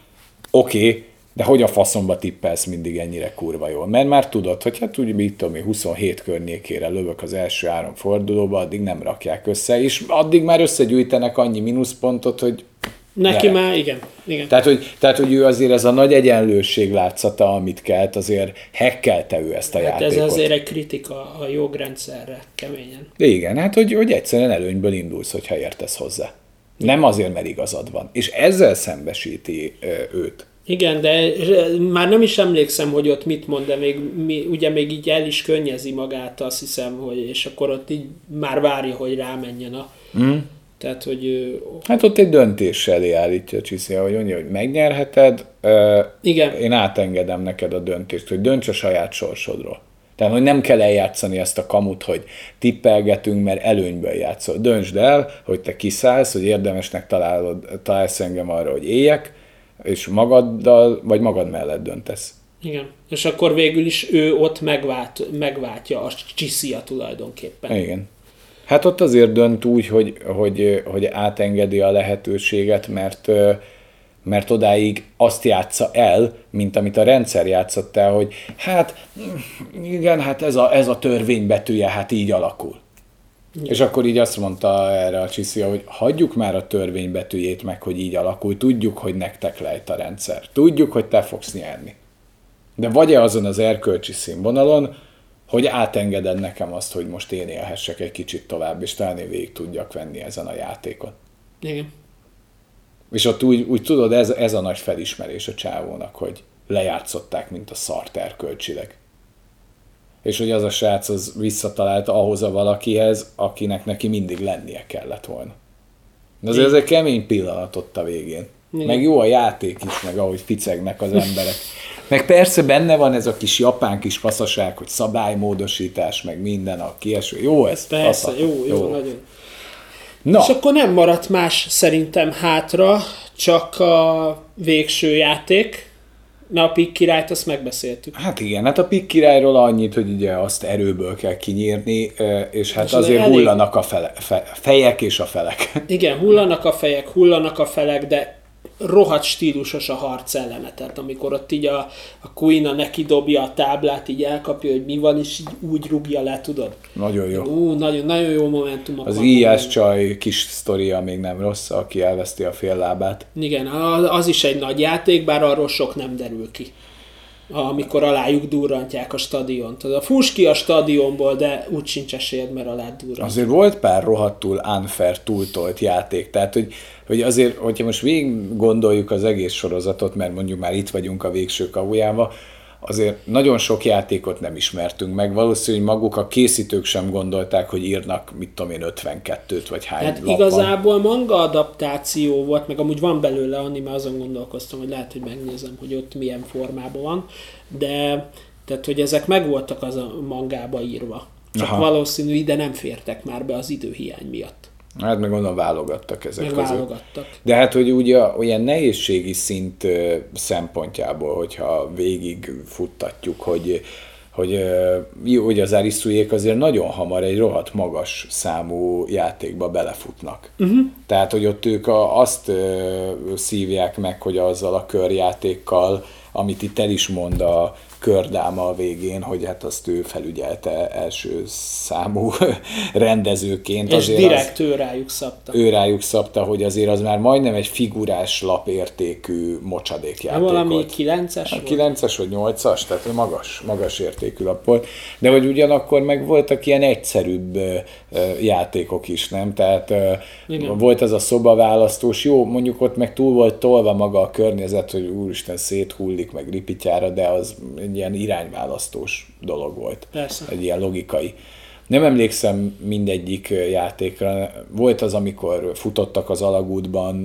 oké, okay, de hogy a faszomba tippelsz mindig ennyire kurva jól? Mert már tudod, hogy hát úgy, mit tudom én, huszonhét környékére lövök az első három fordulóba, addig nem rakják össze, és addig már összegyűjtenek annyi mínuszpontot, hogy... Neki ne. Már, igen. igen. Tehát hogy, tehát, hogy ő azért ez a nagy egyenlőség látszata, amit kelt, azért hekkelte ő ezt a hát játékot. Ez azért egy kritika a jogrendszerre, keményen. De igen, hát hogy, hogy egyszerűen előnyből indulsz, hogyha értesz hozzá. Nem azért, mert igazad van. És ezzel szembesíti őt. Igen, de már nem is emlékszem, hogy ott mit mond, de még, mi, ugye még így el is könnyezi magát, azt hiszem, hogy, és akkor ott így már várja, hogy rámenjen a... Mm. Tehát, hogy... Hát ott egy döntés elé állítja a Csisziá, hogy mondja, hogy megnyerheted, igen. Én átengedem neked a döntést, hogy dönts a saját sorsodról. Tehát, hogy nem kell eljátszani ezt a kamut, hogy tippelgetünk, mert előnyből játszol. Döntsd el, hogy te kiszállsz, hogy érdemesnek találod, találsz engem arra, hogy éljek, és magaddal, vagy magad mellett döntesz. Igen. És akkor végül is ő ott megvált, megváltja a Csisziá tulajdonképpen. Igen. Hát ott azért dönt úgy, hogy, hogy, hogy átengedi a lehetőséget, mert, mert odáig azt játsza el, mint amit a rendszer játszott el, hogy hát igen, hát ez a, ez a törvény betűje, hát így alakul. Igen. És akkor így azt mondta erre a Csisziá, hogy hagyjuk már a törvény betűjét meg, hogy így alakul, tudjuk, hogy nektek lejt a rendszer, tudjuk, hogy te fogsz nyerni. De vagy-e azon az erkölcsi színvonalon, hogy átengeded nekem azt, hogy most én élhessek egy kicsit tovább, és talán én végig tudjak venni ezen a játékon. Igen. És ott úgy, úgy tudod, ez, ez a nagy felismerés a csávónak, hogy lejátszották, mint a szart erkölcsileg. És hogy az a srác az visszatalálta ahhoz a valakihez, akinek neki mindig lennie kellett volna. De azért ez egy kemény pillanat ott a végén. Igen. Meg jó a játék is, meg ahogy ficegnek az emberek. Meg persze benne van ez a kis japán kis faszaság, hogy szabálymódosítás, meg minden a kieső. Jó ez? Persze, fasza. jó, jó, jó, nagyon. Na. És akkor nem maradt más szerintem hátra, csak a végső játék. Na, a Pikk királyt azt megbeszéltük. Hát igen, hát a Pikk királyról annyit, hogy ugye azt erőből kell kinyírni, és hát és azért elég... hullanak a fele, fe, fejek és a felek. Igen, hullanak a fejek, hullanak a felek, de rohadt stílusos a harc eleme, tehát amikor ott így a, a Kuina neki dobja a táblát, így elkapja, hogy mi van, és így úgy rúgja le, tudod? Nagyon jó. Ú, nagyon, nagyon jó momentumok. Az íjás csaj kis sztoria még nem rossz, aki elveszti a fél lábát. Igen, az is egy nagy játék, bár arról sok nem derül ki. amikor alájuk durrantják a stadiont. A fuss ki a stadionból, de úgy sincs esélyed, mert alá durrant. Azért volt pár rohadtul unfair, túltolt játék, tehát hogy, hogy azért, hogyha most végig gondoljuk az egész sorozatot, mert mondjuk már itt vagyunk a végső kapujába, azért nagyon sok játékot nem ismertünk meg. Valószínűleg maguk a készítők sem gondolták, hogy írnak, mit tudom én, ötvenkettőt, vagy hány hát lapon. Igazából manga adaptáció volt, meg amúgy van belőle anime, azon gondolkoztam, hogy lehet, hogy megnézem, hogy ott milyen formában van, de tehát, hogy ezek megvoltak az a mangába írva. Csak Aha. valószínű ide nem fértek már be az időhiány miatt. Hát meg onnan válogattak ezek meg között. válogattak. De hát, hogy ugye olyan nehézségi szint szempontjából, hogyha végig futtatjuk, hogy, hogy, hogy az Arisuék azért nagyon hamar egy rohadt magas számú játékba belefutnak. Uh-huh. Tehát, hogy ott ők a, azt szívják meg, hogy azzal a körjátékkal, amit itt el is mond a kördáma a végén, hogy hát azt ő felügyelte első számú rendezőként. És azért direkt az, ő rájuk szabta. Ő rájuk szabta, hogy azért az már majdnem egy figurás lapértékű mocsadékjáték volt. Valami kilences volt? kilences vagy nyolcas, tehát magas, magas értékű lap volt. De hogy ugyanakkor meg voltak ilyen egyszerűbb játékok is, nem? Tehát igen. Volt az a szobaválasztós, jó, mondjuk ott meg túl volt tolva maga a környezet, hogy úristen széthullik meg ripityára, de az egy ilyen irányválasztós dolog volt. Persze. Egy ilyen logikai. Nem emlékszem mindegyik játékra. Volt az, amikor futottak az alagútban.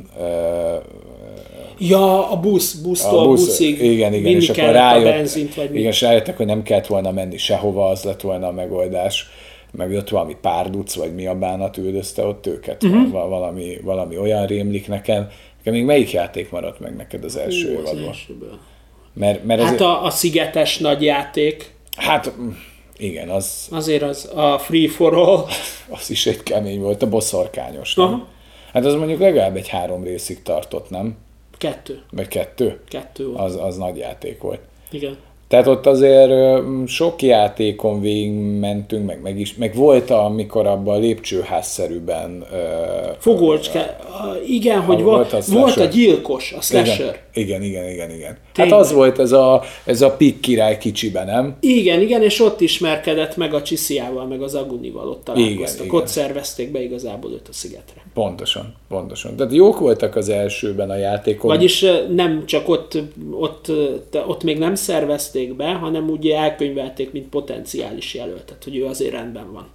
Ja, a busz, busztól a busz, buszig. Igen, igen, és akkor rájött, a benzint, vagy igen, és rájöttek, hogy nem kellett volna menni sehova, az lett volna a megoldás. Meg ott valami párduc, vagy mi a bánat üldözte ott őket. Uh-huh. Valami, valami olyan rémlik nekem. Nekem még melyik játék maradt meg neked az első Hú, évadban? Az Mert, mert hát azért... a, a szigetes nagy játék. Hát igen, az... Azért az a Free for All. Az is egy kemény volt, a boszorkányos, nem? Uh-huh. Hát az mondjuk legalább egy három részig tartott, nem? Kettő. Vagy kettő? Kettő volt. Az, az nagy játék volt. Igen. Tehát ott azért sok játékon végig mentünk, meg, meg, is, meg volt, amikor abban a lépcsőházszerűben... Fogolcska, igen, hogy volt, a, volt a gyilkos, a slasher. Igen, igen, igen, igen. Hát az volt ez a, ez a Pikk király kicsiben, nem? Igen, igen, és ott ismerkedett meg a Csisziával, meg az Agunival, ott találkoztak. Igen, ott igen. szervezték be igazából őt a szigetre. Pontosan, pontosan. Tehát jók voltak az elsőben a játékok. Vagyis nem csak ott, ott, ott még nem szervezték be, hanem ugye elkönyvelték, mint potenciális jelöltet, hogy ő azért rendben van.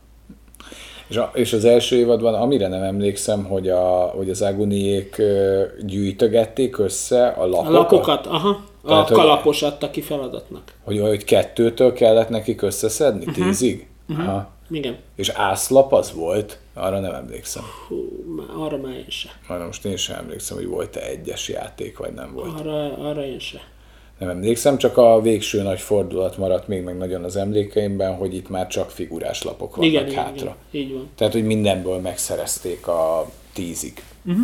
És, a, és az első évadban, amire nem emlékszem, hogy, a, hogy az Aguniék gyűjtögették össze a lapokat. A lapokat, aha. Tehát, a kalapos hogy, adta ki feladatnak. Hogy, hogy kettőtől kellett nekik összeszedni, uh-huh. tízig? Uh-huh. Aha. Igen. És ászlap az volt? Arra nem emlékszem. Hú, arra már én sem. Arra most én sem emlékszem, hogy volt-e egyes játék, vagy nem volt. Arra, arra én sem. Nem emlékszem, csak a végső nagy fordulat maradt még meg nagyon az emlékeimben, hogy itt már csak figurás lapok vannak igen, hátra. Igen, így van. Tehát, hogy mindenből megszerezték a tízig. Uh-huh.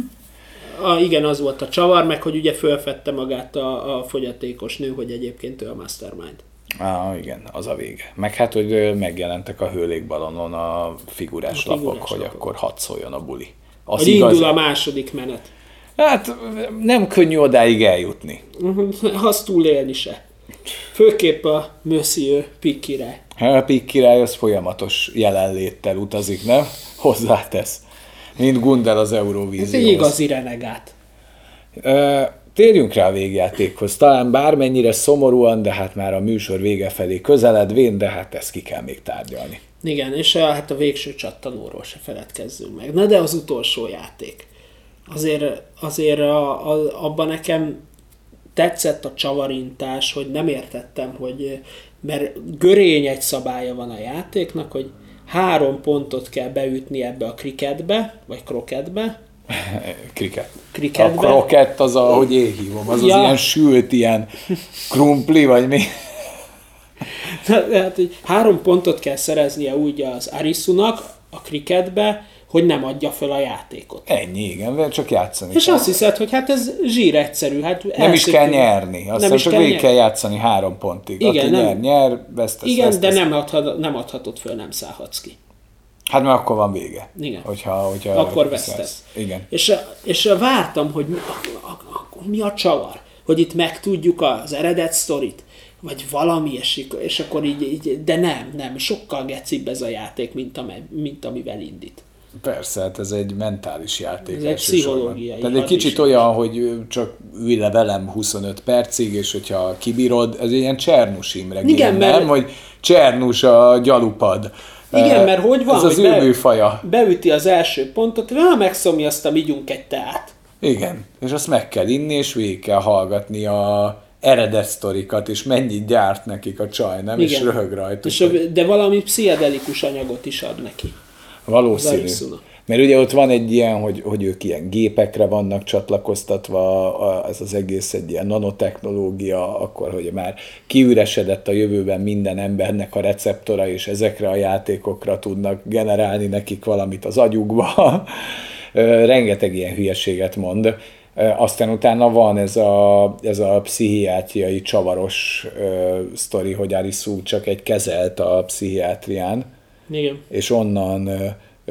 A, igen, az volt a csavar, meg hogy ugye fölfedte magát a, a fogyatékos nő, hogy egyébként ő a mastermind. Ah, igen, az a vége. Meg hát, hogy megjelentek a hőlékbalonon a figurás a lapok, figurás hogy lapok. Akkor hadd szóljon a buli. Az hogy igaz... indul a második menet. Hát nem könnyű odáig eljutni. Uh-huh. Azt túlélni se. Főképp a Monsieur Pikk király. Hát a Pikk király az folyamatos jelenléttel utazik, nem? Hozzátesz. Mint Gundel az Eurovízióhoz. Ez egy igazi renegát. Uh, Térjünk rá a végjátékhoz. Talán bármennyire szomorúan, de hát már a műsor vége felé közeledvén, de hát ezt ki kell még tárgyalni. Igen, és a, hát a végső csattanóról se feledkezzünk meg. Na de az utolsó játék. Azért, azért a, a, abban nekem tetszett a csavarintás, hogy nem értettem, hogy mert görény egy szabálya van a játéknak, hogy három pontot kell beütni ebbe a kriketbe, vagy kroketbe. Kriket. Kriketbe. A krokett az, ahogy én hívom, az ja. az ilyen sült, ilyen krumpli, vagy mi? Tehát, hogy három pontot kell szereznie úgy az Arisunak a kriketbe, hogy nem adja föl a játékot. Ennyi, igen, csak játszani. És kell. Azt hiszed, hogy hát ez zsír egyszerű. Hát nem is kell nyerni, azt nem csak végig nyerni. Kell játszani három pontig. Igen, aki nem, nyer, nyer, vesztesz, igen, vesztesz. de nem, adhat, nem adhatod föl, nem szállhatsz ki. Hát mert akkor van vége. Igen. Hogyha, hogyha akkor vesztesz. Igen. És, és vártam, hogy mi a, a, a, mi a csavar, hogy itt megtudjuk az eredet sztorit, vagy valami esik, és akkor így, így, de nem, nem, sokkal gecibb ez a játék, mint, ami, mint amivel indít. Persze, hát ez egy mentális játék. Ez egy pszichológiai. Tehát egy kicsit olyan, hogy csak ülj le velem huszonöt percig, és hogyha kibírod, ez egy ilyen Csernus Imre igen, game, mert... nem? Hogy Csernus a gyalupad. Igen, mert hogy van, ez az hogy ő műfaja. Beüti az első pontot, rá megszomjaztam, ígyunk egy teát. Igen, és azt meg kell inni, és végig kell hallgatni a eredet sztorikat, és mennyit gyárt nekik a csaj, nem? Igen. És röhög rajtuk. És a, de valami pszichedelikus anyagot is ad neki. Valószínű. Mert ugye ott van egy ilyen, hogy, hogy ők ilyen gépekre vannak csatlakoztatva, ez az egész egy ilyen nanotechnológia, akkor, hogy már kiüresedett a jövőben minden embernek a receptora, és ezekre a játékokra tudnak generálni nekik valamit az agyukba. Rengeteg ilyen hülyeséget mond. Aztán utána van ez a, ez a pszichiátriai csavaros uh, sztori, hogy Arisu csak egy kezelt a pszichiátrián. Igen. És onnan uh,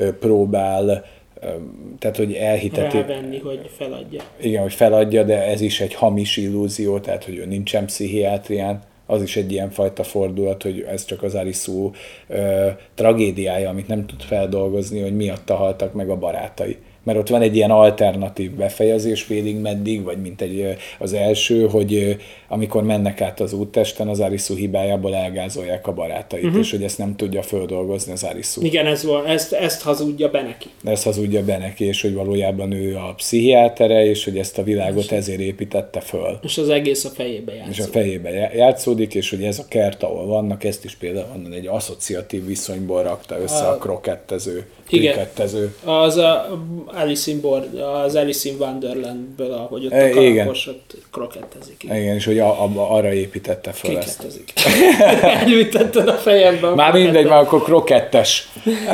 próbál, tehát hogy elhiteti... Rávenni, hogy feladja. Igen, hogy feladja, de ez is egy hamis illúzió, tehát hogy ő nincsen pszichiátrián. Az is egy ilyen fajta fordulat, hogy ez csak az Arisu ö, tragédiája, amit nem tud feldolgozni, hogy miatta haltak meg a barátai. Mert ott van egy ilyen alternatív befejezés félig meddig, vagy mint egy, az első, hogy amikor mennek át az úttesten, az Arisu hibájából elgázolják a barátait, uh-huh. és hogy ezt nem tudja földolgozni az Arisu. Igen, ez van, ezt, ezt hazudja be neki. Ezt hazudja be neki, és hogy valójában ő a pszichiátere, és hogy ezt a világot ezért építette föl. És az egész a fejébe játszódik. És a fejébe játszódik, és hogy ez a kert, ahol vannak, ezt is például onnan egy asszociatív viszonyból rakta össze a, a krokettező. Igen, az a Alice in, Board, az Alice in Wonderlandből, ahogy ott a kalapos ott krokettezik. Igen. Igen, és hogy a, a, arra építette fel Kikettezik. ezt. Elültetted a fejembe. Már mindegy, már akkor krokettes.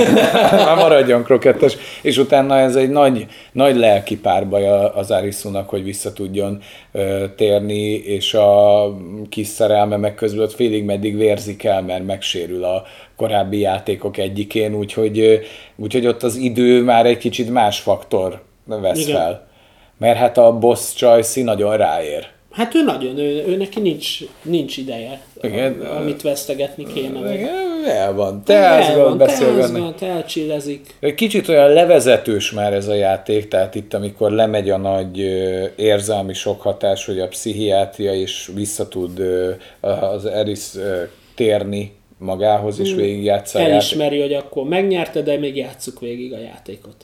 Már maradjon krokettes. És utána ez egy nagy, nagy lelki párbaj az Arisunak, hogy vissza tudjon uh, térni, és a kis szerelme meg közben ott félig meddig vérzik el, mert megsérül a korábbi játékok egyikén, úgyhogy, úgyhogy ott az idő már egy kicsit más faktor vesz Igen. fel. Mert hát a boss Joyce nagyon ráér. Hát ő nagyon, ő, ő neki nincs, nincs ideje, Igen. A, amit vesztegetni kéne. Igen, el van, teázban beszélgetnek. Elcsillezik. Kicsit olyan levezetős már ez a játék, tehát itt amikor lemegy a nagy érzelmi sokhatás, hogy a pszichiátria is vissza tud az Eris térni magához, és végigjátsza a Elismeri, játék. Hogy akkor megnyerte, de még játsszuk végig a játékot.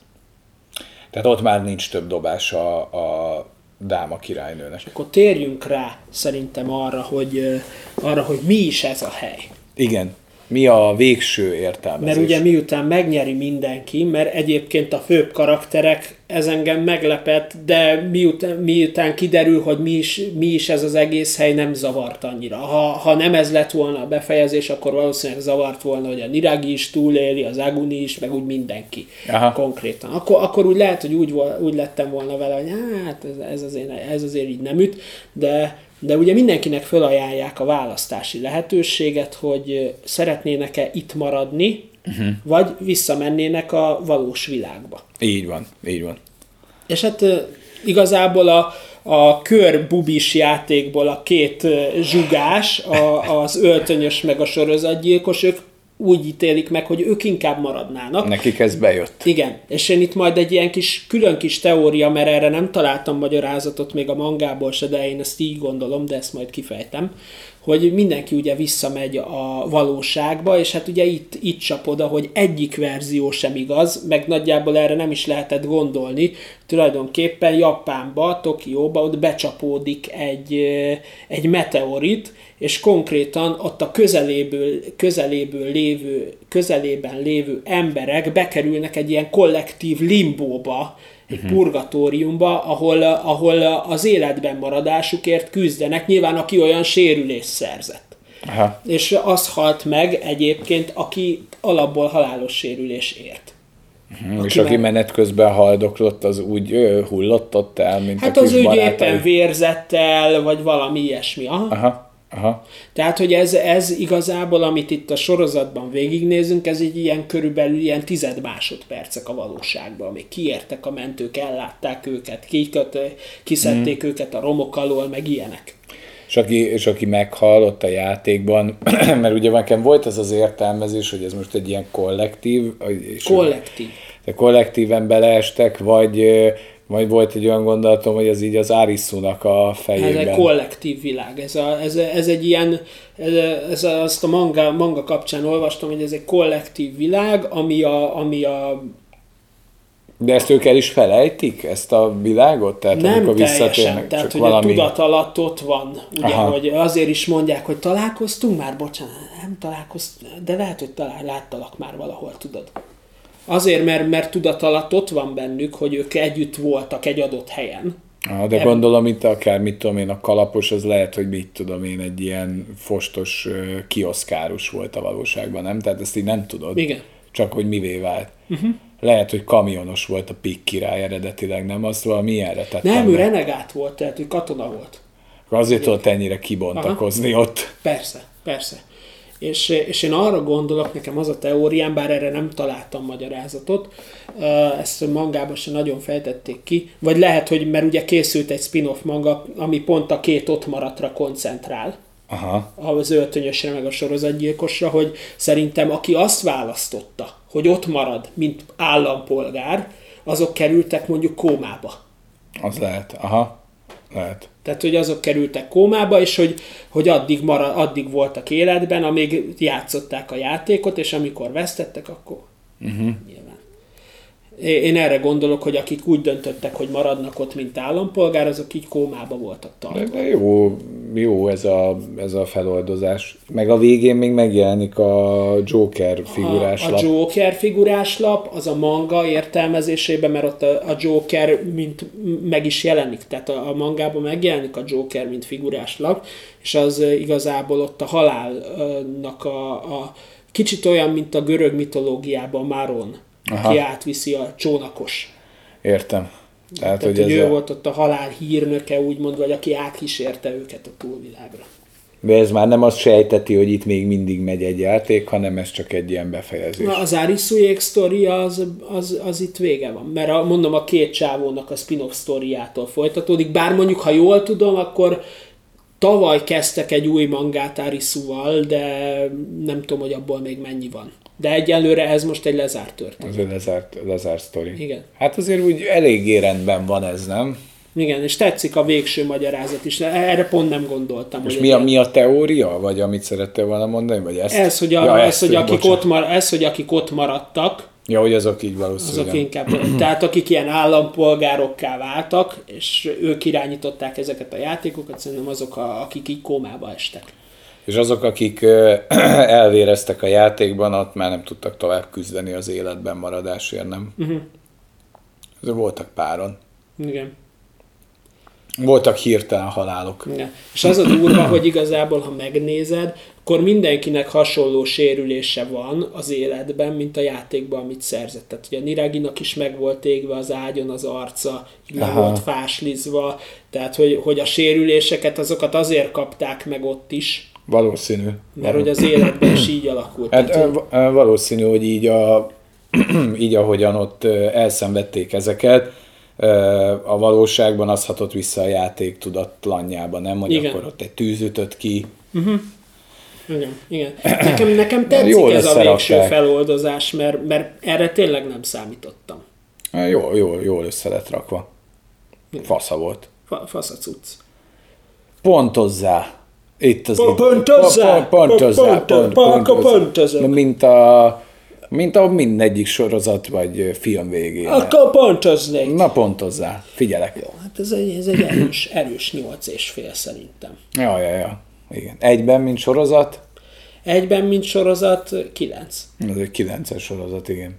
Tehát ott már nincs több dobás a, a dáma királynőnek. És akkor térjünk rá szerintem arra, hogy, arra, hogy mi is ez a hely. Igen. Mi a végső értelmezés? Mert ugye miután megnyeri mindenki, mert egyébként a főbb karakterek, ez engem meglepett, de miután, miután kiderül, hogy mi is, mi is ez az egész hely, nem zavart annyira. Ha, ha nem ez lett volna a befejezés, akkor valószínűleg zavart volna, hogy a Niragi is túléli, az Aguni is, meg úgy mindenki Aha. konkrétan. Akkor, akkor úgy lehet, hogy úgy, úgy lettem volna vele, hogy hát ez, ez, azért, ez azért így nem üt, de De ugye mindenkinek felajánlják a választási lehetőséget, hogy szeretnének-e itt maradni, uh-huh. vagy visszamennének a valós világba. Így van, így van. És hát igazából a, a körbubis játékból a két zsugás, a, az öltönyös meg a sorozatgyilkos, ők úgy ítélik meg, hogy ők inkább maradnának. Nekik ez bejött. Igen, és én itt majd egy ilyen kis, külön kis teória, mert erre nem találtam magyarázatot még a mangából se, de én ezt így gondolom, de ezt majd kifejtem, hogy mindenki ugye visszamegy a valóságba, és hát ugye itt, itt csap oda, hogy egyik verzió sem igaz, meg nagyjából erre nem is lehetett gondolni. Tulajdonképpen Japánba, Tokióba ott becsapódik egy, egy meteorit, és konkrétan ott a közeléből, közeléből lévő, közelében lévő emberek bekerülnek egy ilyen kollektív limbóba, egy uh-huh. purgatóriumba, ahol, ahol az életben maradásukért küzdenek, nyilván aki olyan sérülést szerzett. Aha. És az halt meg egyébként, aki alapból halálos sérülés ért. Uh-huh. És aki menet közben haldoklott, az úgy ő, hullott ott el, mint hát a kis barátai. Hát az úgy barátai. éppen vérzett el, vagy valami ilyesmi. Aha. Aha. Aha. Tehát, hogy ez, ez igazából, amit itt a sorozatban végignézünk, ez egy ilyen körülbelül ilyen tized másodpercek a valóságban, amíg kiértek a mentők, ellátták őket, kiköt, kiszedték mm. őket a romok alól, meg ilyenek. És aki, és aki meghal ott a játékban, mert ugye nekem volt ez az értelmezés, hogy ez most egy ilyen kollektív. És kollektív. De kollektíven beleestek, vagy, vagy volt egy olyan gondolatom, hogy ez így az Arisu-nak a fejében. Ez egy kollektív világ. Ez, a, ez, ez egy ilyen, ez, ez a, azt a manga, manga kapcsán olvastam, hogy ez egy kollektív világ, ami a, ami a De ezt ők el is felejtik, ezt a világot? Tehát nem teljesen, tehát hogy valami... a tudat alatt ott van, ugye, hogy azért is mondják, hogy találkoztunk már, bocsánat, nem találkoztunk, de lehet, hogy talál, láttalak már valahol, tudod. Azért, mert, mert tudat alatt ott van bennük, hogy ők együtt voltak egy adott helyen. Ah, de Ebb... gondolom itt akár, mit tudom én, a kalapos, az lehet, hogy mit tudom én, egy ilyen fostos kioszkárus volt a valóságban, nem? Tehát ezt így nem tudod. Igen. Csak hogy mivé vált. Uh-huh. Lehet, hogy kamionos volt a Pikk király eredetileg, nem? Azt valami ilyenre tettem. Nem, ő renegát volt, tehát hogy katona volt. Azért tudott ennyire kibontakozni Aha. ott. Persze, persze. És, és én arra gondolok, nekem az a teóriám, bár erre nem találtam magyarázatot, ezt a mangában sem nagyon fejtették ki, vagy lehet, hogy mert ugye készült egy spin-off manga, ami pont a két ott maradtra koncentrál. Aha. Az öltönyösre, meg a sorozatgyilkosra, hogy szerintem aki azt választotta, hogy ott marad, mint állampolgár, azok kerültek mondjuk kómába. Az lehet, aha, lehet. Tehát, hogy azok kerültek kómába, és hogy, hogy addig, marad, addig voltak életben, amíg játszották a játékot, és amikor vesztettek, akkor uh-huh. nyilván. Én erre gondolok, hogy akik úgy döntöttek, hogy maradnak ott, mint állampolgár, azok így kómába voltak tartva. De, de jó, jó ez, a, ez a feloldozás. Meg a végén még megjelenik a Joker figurás a, lap. A Joker figurás lap, az a manga értelmezésében, mert ott a, a Joker mint meg is jelenik. Tehát a, a mangában megjelenik a Joker, mint figurás lap, és az igazából ott a halálnak a, a kicsit olyan, mint a görög mitológiában Máron. Aha. Aki átviszi a csónakos. Értem. Tehát, Tehát hogy, hogy ő a... volt ott a halál hírnöke, úgymond, vagy aki átkísérte őket a túlvilágra. De ez már nem azt sejteti, hogy itt még mindig megy egy játék, hanem ez csak egy ilyen befejezés. Na, az Arisuék sztoria az, az, az itt vége van. Mert a, mondom, a két csávónak a spin-off sztoriától folytatódik. Bár mondjuk, ha jól tudom, akkor tavaly kezdtek egy új mangát Arisuval, de nem tudom, hogy abból még mennyi van. De egyelőre ez most egy lezárt történet. Ez egy lezárt, lezárt sztori. Igen. Hát azért úgy eléggé rendben van ez, nem? Igen, és tetszik a végső magyarázat is. Erre pont nem gondoltam. És mi a, mi a teória? Vagy amit szerettél volna mondani? Vagy ezt? Ez, hogy, a, ja, ez, ezt, hogy, akik ott mar, ez, hogy akik ott maradtak. Ja, hogy azok így valószínűleg. Azok inkább. Tehát akik ilyen állampolgárokká váltak, és ők irányították ezeket a játékokat, szerintem azok, a, akik így kómába estek. És azok, akik elvéreztek a játékban, ott már nem tudtak tovább küzdeni az életben maradásért, nem? Uh-huh. Ezek voltak páron. Igen. Voltak hirtelen halálok. Igen. És az a durva, hogy igazából, ha megnézed, akkor mindenkinek hasonló sérülése van az életben, mint a játékban, amit szerzett. Tehát ugye a Niraginak is meg volt égve az ágyon az arca, le volt fáslizva, tehát hogy, hogy a sérüléseket, azokat azért kapták meg ott is, valószínű. Mert hogy az életben is így alakult. Hát, tehát, hogy... Valószínű, hogy így, a, így ahogyan ott elszenvedték ezeket, a valóságban az hatott vissza a játék tudatlanjába, nem? Hogy igen. Akkor ott egy tűz ütött ki. Uh-huh. Igen, igen. Nekem, nekem tetszik jó ez a végső feloldozás, mert, mert erre tényleg nem számítottam. Jó, jó, jól össze lett rakva. Fasza volt. Fa, fasza cucc. Pontozzá. Itt az Pontozzá! Pontozzá! Pontozzá! Mint a mint a mindegyik sorozat vagy film végén. Akkor pontoznék. Na pontozzá. Figyelek. Jó, hát ez egy, ez egy erős, erős nyolc és fél szerintem. Ja, ja, ja. Igen. Egyben, mint sorozat? Egyben, mint sorozat, kilenc. Ez egy kilences sorozat, igen.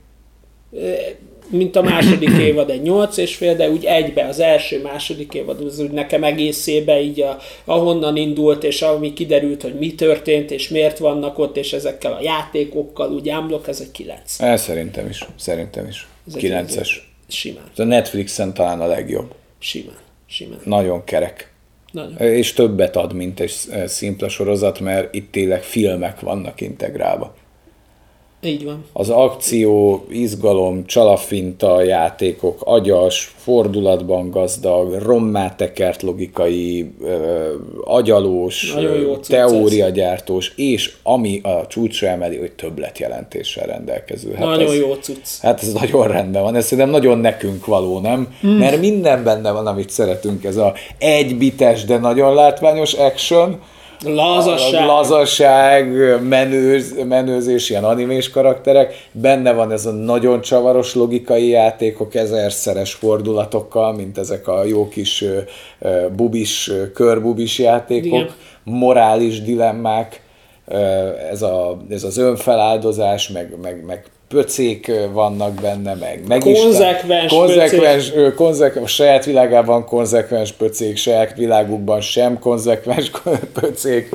Mint a második évad egy nyolc és fél, de úgy egybe, az első, második évad, az úgy nekem egészében így a, ahonnan indult, és ami kiderült, hogy mi történt, és miért vannak ott, és ezekkel a játékokkal úgy ámblok, ez egy kilenc. El, szerintem is, szerintem is. Ez kilences. Simán. A Netflixen talán a legjobb. Simán, simán. Nagyon kerek. Nagyon. És többet ad, mint egy szimpla sorozat, mert itt tényleg filmek vannak integrálva. Így van. Az akció, izgalom, csalafinta játékok, agyas, fordulatban gazdag, rommá tekert logikai, ö, agyalós, teóriagyártós, és ami a csúcsra emeli, hogy többletjelentéssel rendelkező. Hát nagyon ez, jó cucc. Hát ez nagyon rendben van, ez szerintem nagyon nekünk való, nem? Hmm. Mert minden benne van, amit szeretünk, ez a egybites, de nagyon látványos action, Lazasság. Lazasság, menőz, menőzés, ilyen animés karakterek. Benne van ez a nagyon csavaros logikai játékok, ezerszeres fordulatokkal, mint ezek a jó kis uh, bubis, körbubis játékok. Igen. Morális dilemmák, uh, ez, a, ez az önfeláldozás, meg, meg, meg pöcék vannak benne, meg, meg konzekvens, konzekvens, konzekvens, a saját világában konzekvens pöcék, saját világukban sem konzekvens pöcék.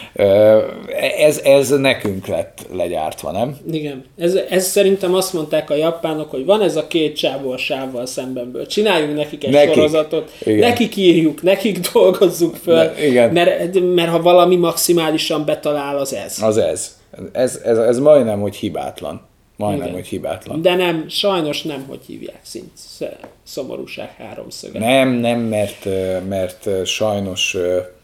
Ez, ez nekünk lett legyártva, nem? Igen. Ez, ez szerintem azt mondták a japánok, hogy van ez a két csávó a sávval szembenből. Csináljunk nekik egy nekik. sorozatot, igen. nekik írjuk, nekik dolgozzuk föl, De, igen. Mert, mert ha valami maximálisan betalál, az ez. Az ez. Ez, ez, ez majdnem, hogy hibátlan. Majdnem, Igen. hogy hibátlan. De nem, sajnos nem, hogy hívják, szint szomorúság háromszöge. Nem, nem, mert, mert sajnos...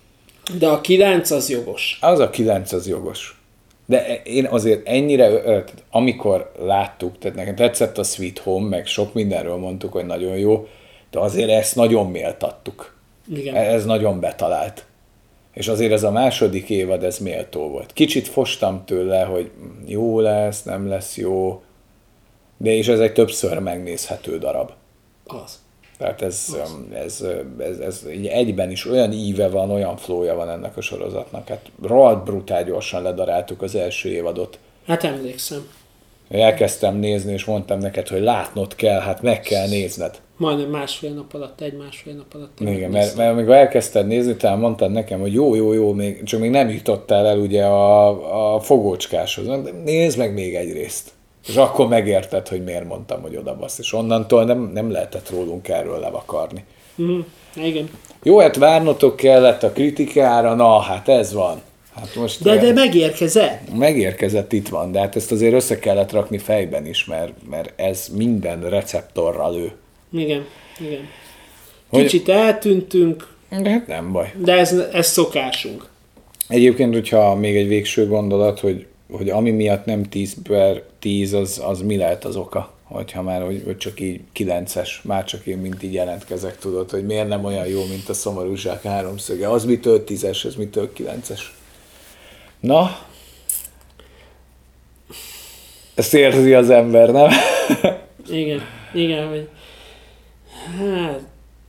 De a kilenc az jogos. Az a kilenc az jogos. De én azért ennyire, amikor láttuk, tehát nekem tetszett a Sweet Home, meg sok mindenről mondtuk, hogy nagyon jó, de azért ezt nagyon méltattuk. Igen. Ez nagyon betalált. És azért ez a második évad, ez méltó volt. Kicsit fostam tőle, hogy jó lesz, nem lesz jó, de és ez egy többször megnézhető darab. Az. Tehát ez, ez, ez, ez egyben is olyan íve van, olyan flója van ennek a sorozatnak. Hát rohadt brutál gyorsan ledaráltuk az első évadot. Hát emlékszem. Elkezdtem nézni, és mondtam neked, hogy látnod kell, hát meg kell nézned. Majdnem másfél nap alatt, egy-másfél nap alatt. Igen, mert, mert amikor elkezdted nézni, talán mondtad nekem, hogy jó, jó, jó, még, csak még nem jutottál el ugye a, a fogócskáshoz. Nézd meg még egy részt. És akkor megérted, hogy miért mondtam, hogy odabasz. És onnantól nem, nem lehetett rólunk erről levakarni. Mm, igen. Jó, hát várnotok kellett a kritikára, na, hát ez van. Hát most de, de megérkezett. Megérkezett, itt van, de hát ezt azért össze kellett rakni fejben is, mert, mert ez minden receptorral ő. Igen, igen. Kicsit hogy... eltűntünk. De hát nem baj. De ez, ez szokásunk. Egyébként, hogyha még egy végső gondolat, hogy, hogy ami miatt nem tíz per tíz, az, az mi lehet az oka? Hogyha már hogy, hogy csak így kilences, már csak én mint így jelentkezek, tudod, hogy miért nem olyan jó, mint a szomorúság háromszöge. Az mitől tízes, ez mitől kilences. Na, ezt érzi az ember, nem? Igen, igen, hogy hát...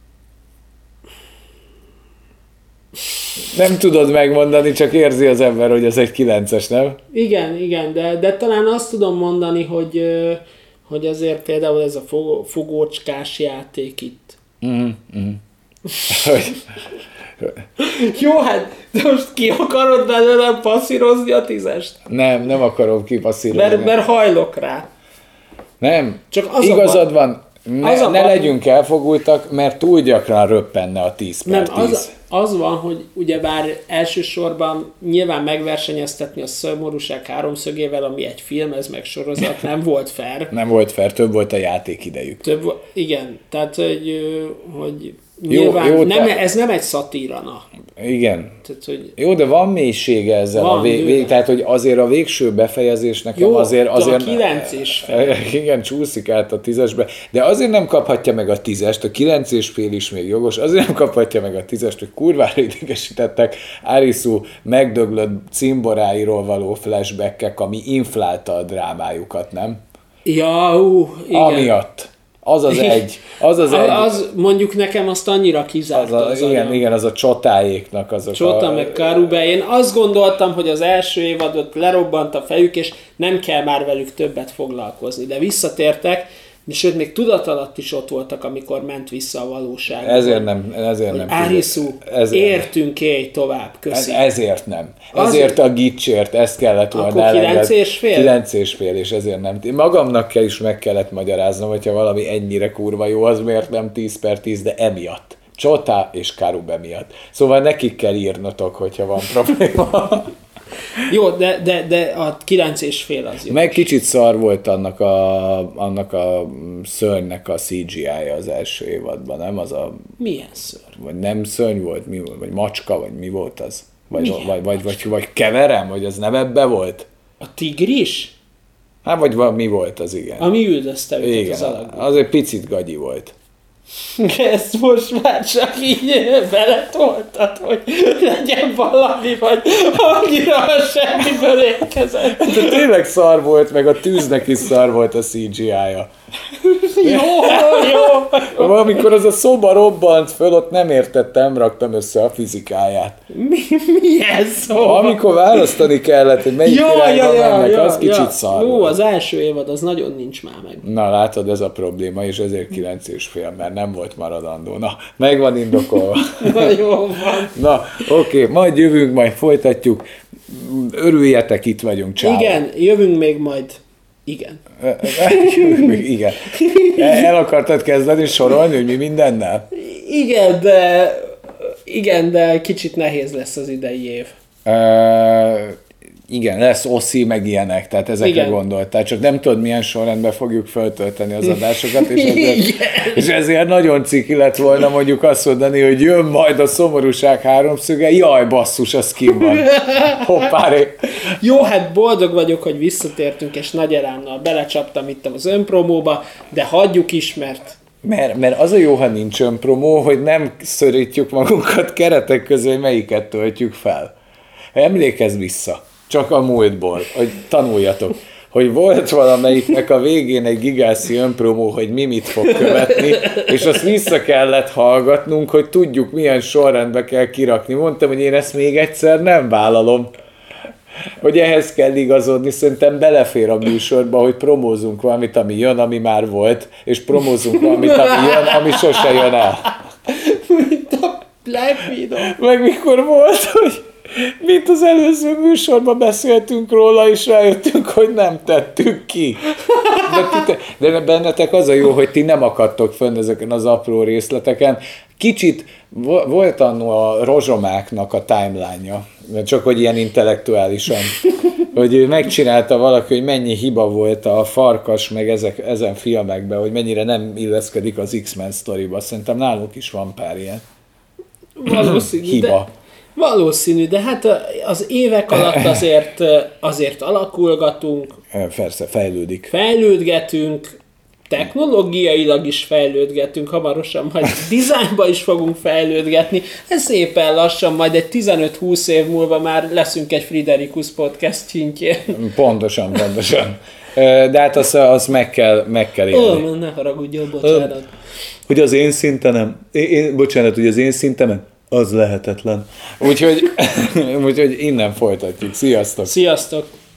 Nem tudod megmondani, csak érzi az ember, hogy ez egy kilences, nem? Igen, igen, de, de talán azt tudom mondani, hogy, hogy azért például ez a fogócskás játék itt. Mm-hmm. Jó, hát most ki akarod belőlem passzírozni a tízest? Nem, nem akarom kipasszírozni. Mert, mert hajlok rá. Nem, csak az igazad van, ne, az ne legyünk elfogultak, mert túl gyakran röppenne a tíz per tíz. Nem, az, az van, hogy ugyebár elsősorban nyilván megversenyeztetni a szomorúság háromszögével, ami egy film, ez meg sorozat, nem volt fair. Nem volt fair, több volt a játékidejük. Több, igen, tehát hogy, hogy nyilván jó, jó, nem, te... ez nem egy szatíra, na. Igen. Tehát, hogy jó, de van mélysége ezzel van, a vég, vég, tehát, hogy azért a végső befejezés nekem jó, azért... azért a kilenc és fél. Igen, csúszik át a tízesbe, de azért nem kaphatja meg a tízest, a kilenc és fél is még jogos, azért nem kaphatja meg a tízest, hogy kurvára idegesítettek Arisu megdöglött cimboráiról való flashbackek, ami inflálta a drámájukat, nem? Ja, ú, igen. Amiatt. Az az egy. Az az egy. Az mondjuk nekem azt annyira kizárta az, a, az igen, igen, az a csotáéknak azok Csota a... meg Karube. Én azt gondoltam, hogy az első évadot lerobbant a fejük, és nem kell már velük többet foglalkozni. De visszatértek, sőt, még tudatalatt is ott voltak, amikor ment vissza a valóság. Ezért nem. Ezért nem Arisu, értünk élj tovább, köszi. Ezért nem. Ezért a gicsért, ezt kellett volna elengedni. Akkor kilenc és fél? kilenc és fél, és ezért nem. Magamnak kell is meg kellett magyaráznom, hogyha valami ennyire kurva jó, az miért nem tíz per tíz, de emiatt. Csota és Karube miatt. Szóval nekik kell írnotok, hogyha van probléma. Jó, de, de, de a kilenc és fél az jó. Meg kicsit szar volt annak a, annak a szörnynek a cé gé í-ja az első évadban, nem? Az a... Milyen szörny? Vagy nem szörny volt, mi volt? Vagy macska, vagy mi volt az? Vagy, vagy, vagy, vagy, vagy, vagy keverem, vagy az nem ebbe volt? A tigris? Hát vagy valami volt az, igen. Ami üldözte őket igen, az alakban. Az egy picit gagyi volt. Ezt most már csak így beletoltad, hogy legyen valami, vagy annyira a semmiből érkezett. De tényleg szar volt, meg a tűznek is szar volt a cé gé í-ja. Jó, jó, jó. Amikor az a szoba robbant föl, ott nem értettem, raktam össze a fizikáját. Mi, milyen szó? Amikor választani kellett, hogy melyik ja, irányba ja, mennek, ja, az ja. kicsit szar Jó, volt. az első évad, az nagyon nincs már meg. Na látod, ez a probléma, és ezért kilenc és fél, mert nem volt maradandó. Na, megvan indokolva. Na, jó van. Na, oké, majd jövünk, majd folytatjuk. Örüljetek, itt vagyunk, ciao. Igen, jövünk még majd. Igen. Igen. El akartad kezdeni sorolni, hogy mi mindennel? Igen, de igen, de kicsit nehéz lesz az idei év. Uh, igen, lesz oszi, meg ilyenek, tehát ezekre igen. gondoltál, csak nem tudod, milyen sorrendben fogjuk feltölteni az adásokat, és ezért, és ezért nagyon ciki lett volna mondjuk azt mondani, hogy jön majd a szomorúság háromszöge, jaj basszus, az kim van. Hoppáré. Jó, hát boldog vagyok, hogy visszatértünk, és nagy elánnal belecsaptam itt az önpromóba, de hagyjuk is, mert Mert, mert az a jó, ha nincs önpromó, hogy nem szorítjuk magunkat keretek közé, hogy melyiket töltjük fel. Emlékezz vissza, csak a múltból, hogy tanuljatok, hogy volt valamelyiknek a végén egy gigászi önpromó, hogy mi mit fog követni, és azt vissza kellett hallgatnunk, hogy tudjuk, milyen sorrendbe kell kirakni. Mondtam, hogy én ezt még egyszer nem vállalom, hogy ehhez kell igazodni, szerintem belefér a műsorba, hogy promózunk valamit, ami jön, ami már volt, és promózunk valamit, ami jön, ami sose jön el. mint a Black Widow. Meg mikor volt, hogy mint az előző műsorban beszéltünk róla, és rájöttünk, hogy nem tettük ki. De, ti, de bennetek az a jó, hogy ti nem akadtok fönn ezeken az apró részleteken. Kicsit volt annó a rozsomáknak a timeline-ja, csak hogy ilyen intellektuálisan, hogy megcsinálta valaki, hogy mennyi hiba volt a farkas, meg ezek, ezen filmekben, hogy mennyire nem illeszkedik az X-Men sztoriba. Szerintem nálunk is van pár ilyen Valószínű, hiba. De, valószínű, de hát az évek alatt azért, azért alakulgatunk. Persze, fejlődik. Fejlődgetünk, technológiailag is fejlődgetünk, hamarosan majd dizájnba is fogunk fejlődgetni. Ez szépen lassan, majd egy tizenöt-húsz év múlva már leszünk egy Friderikus podcast szintjén. Pontosan, pontosan. De hát azt, azt meg kell, meg kell élni. Ó, ne haragudjon, bocsánat. Hogy az én szintenem, én, én, bocsánat, hogy az én szintemen, az lehetetlen. Úgyhogy, úgyhogy innen folytatjuk. Sziasztok! Sziasztok!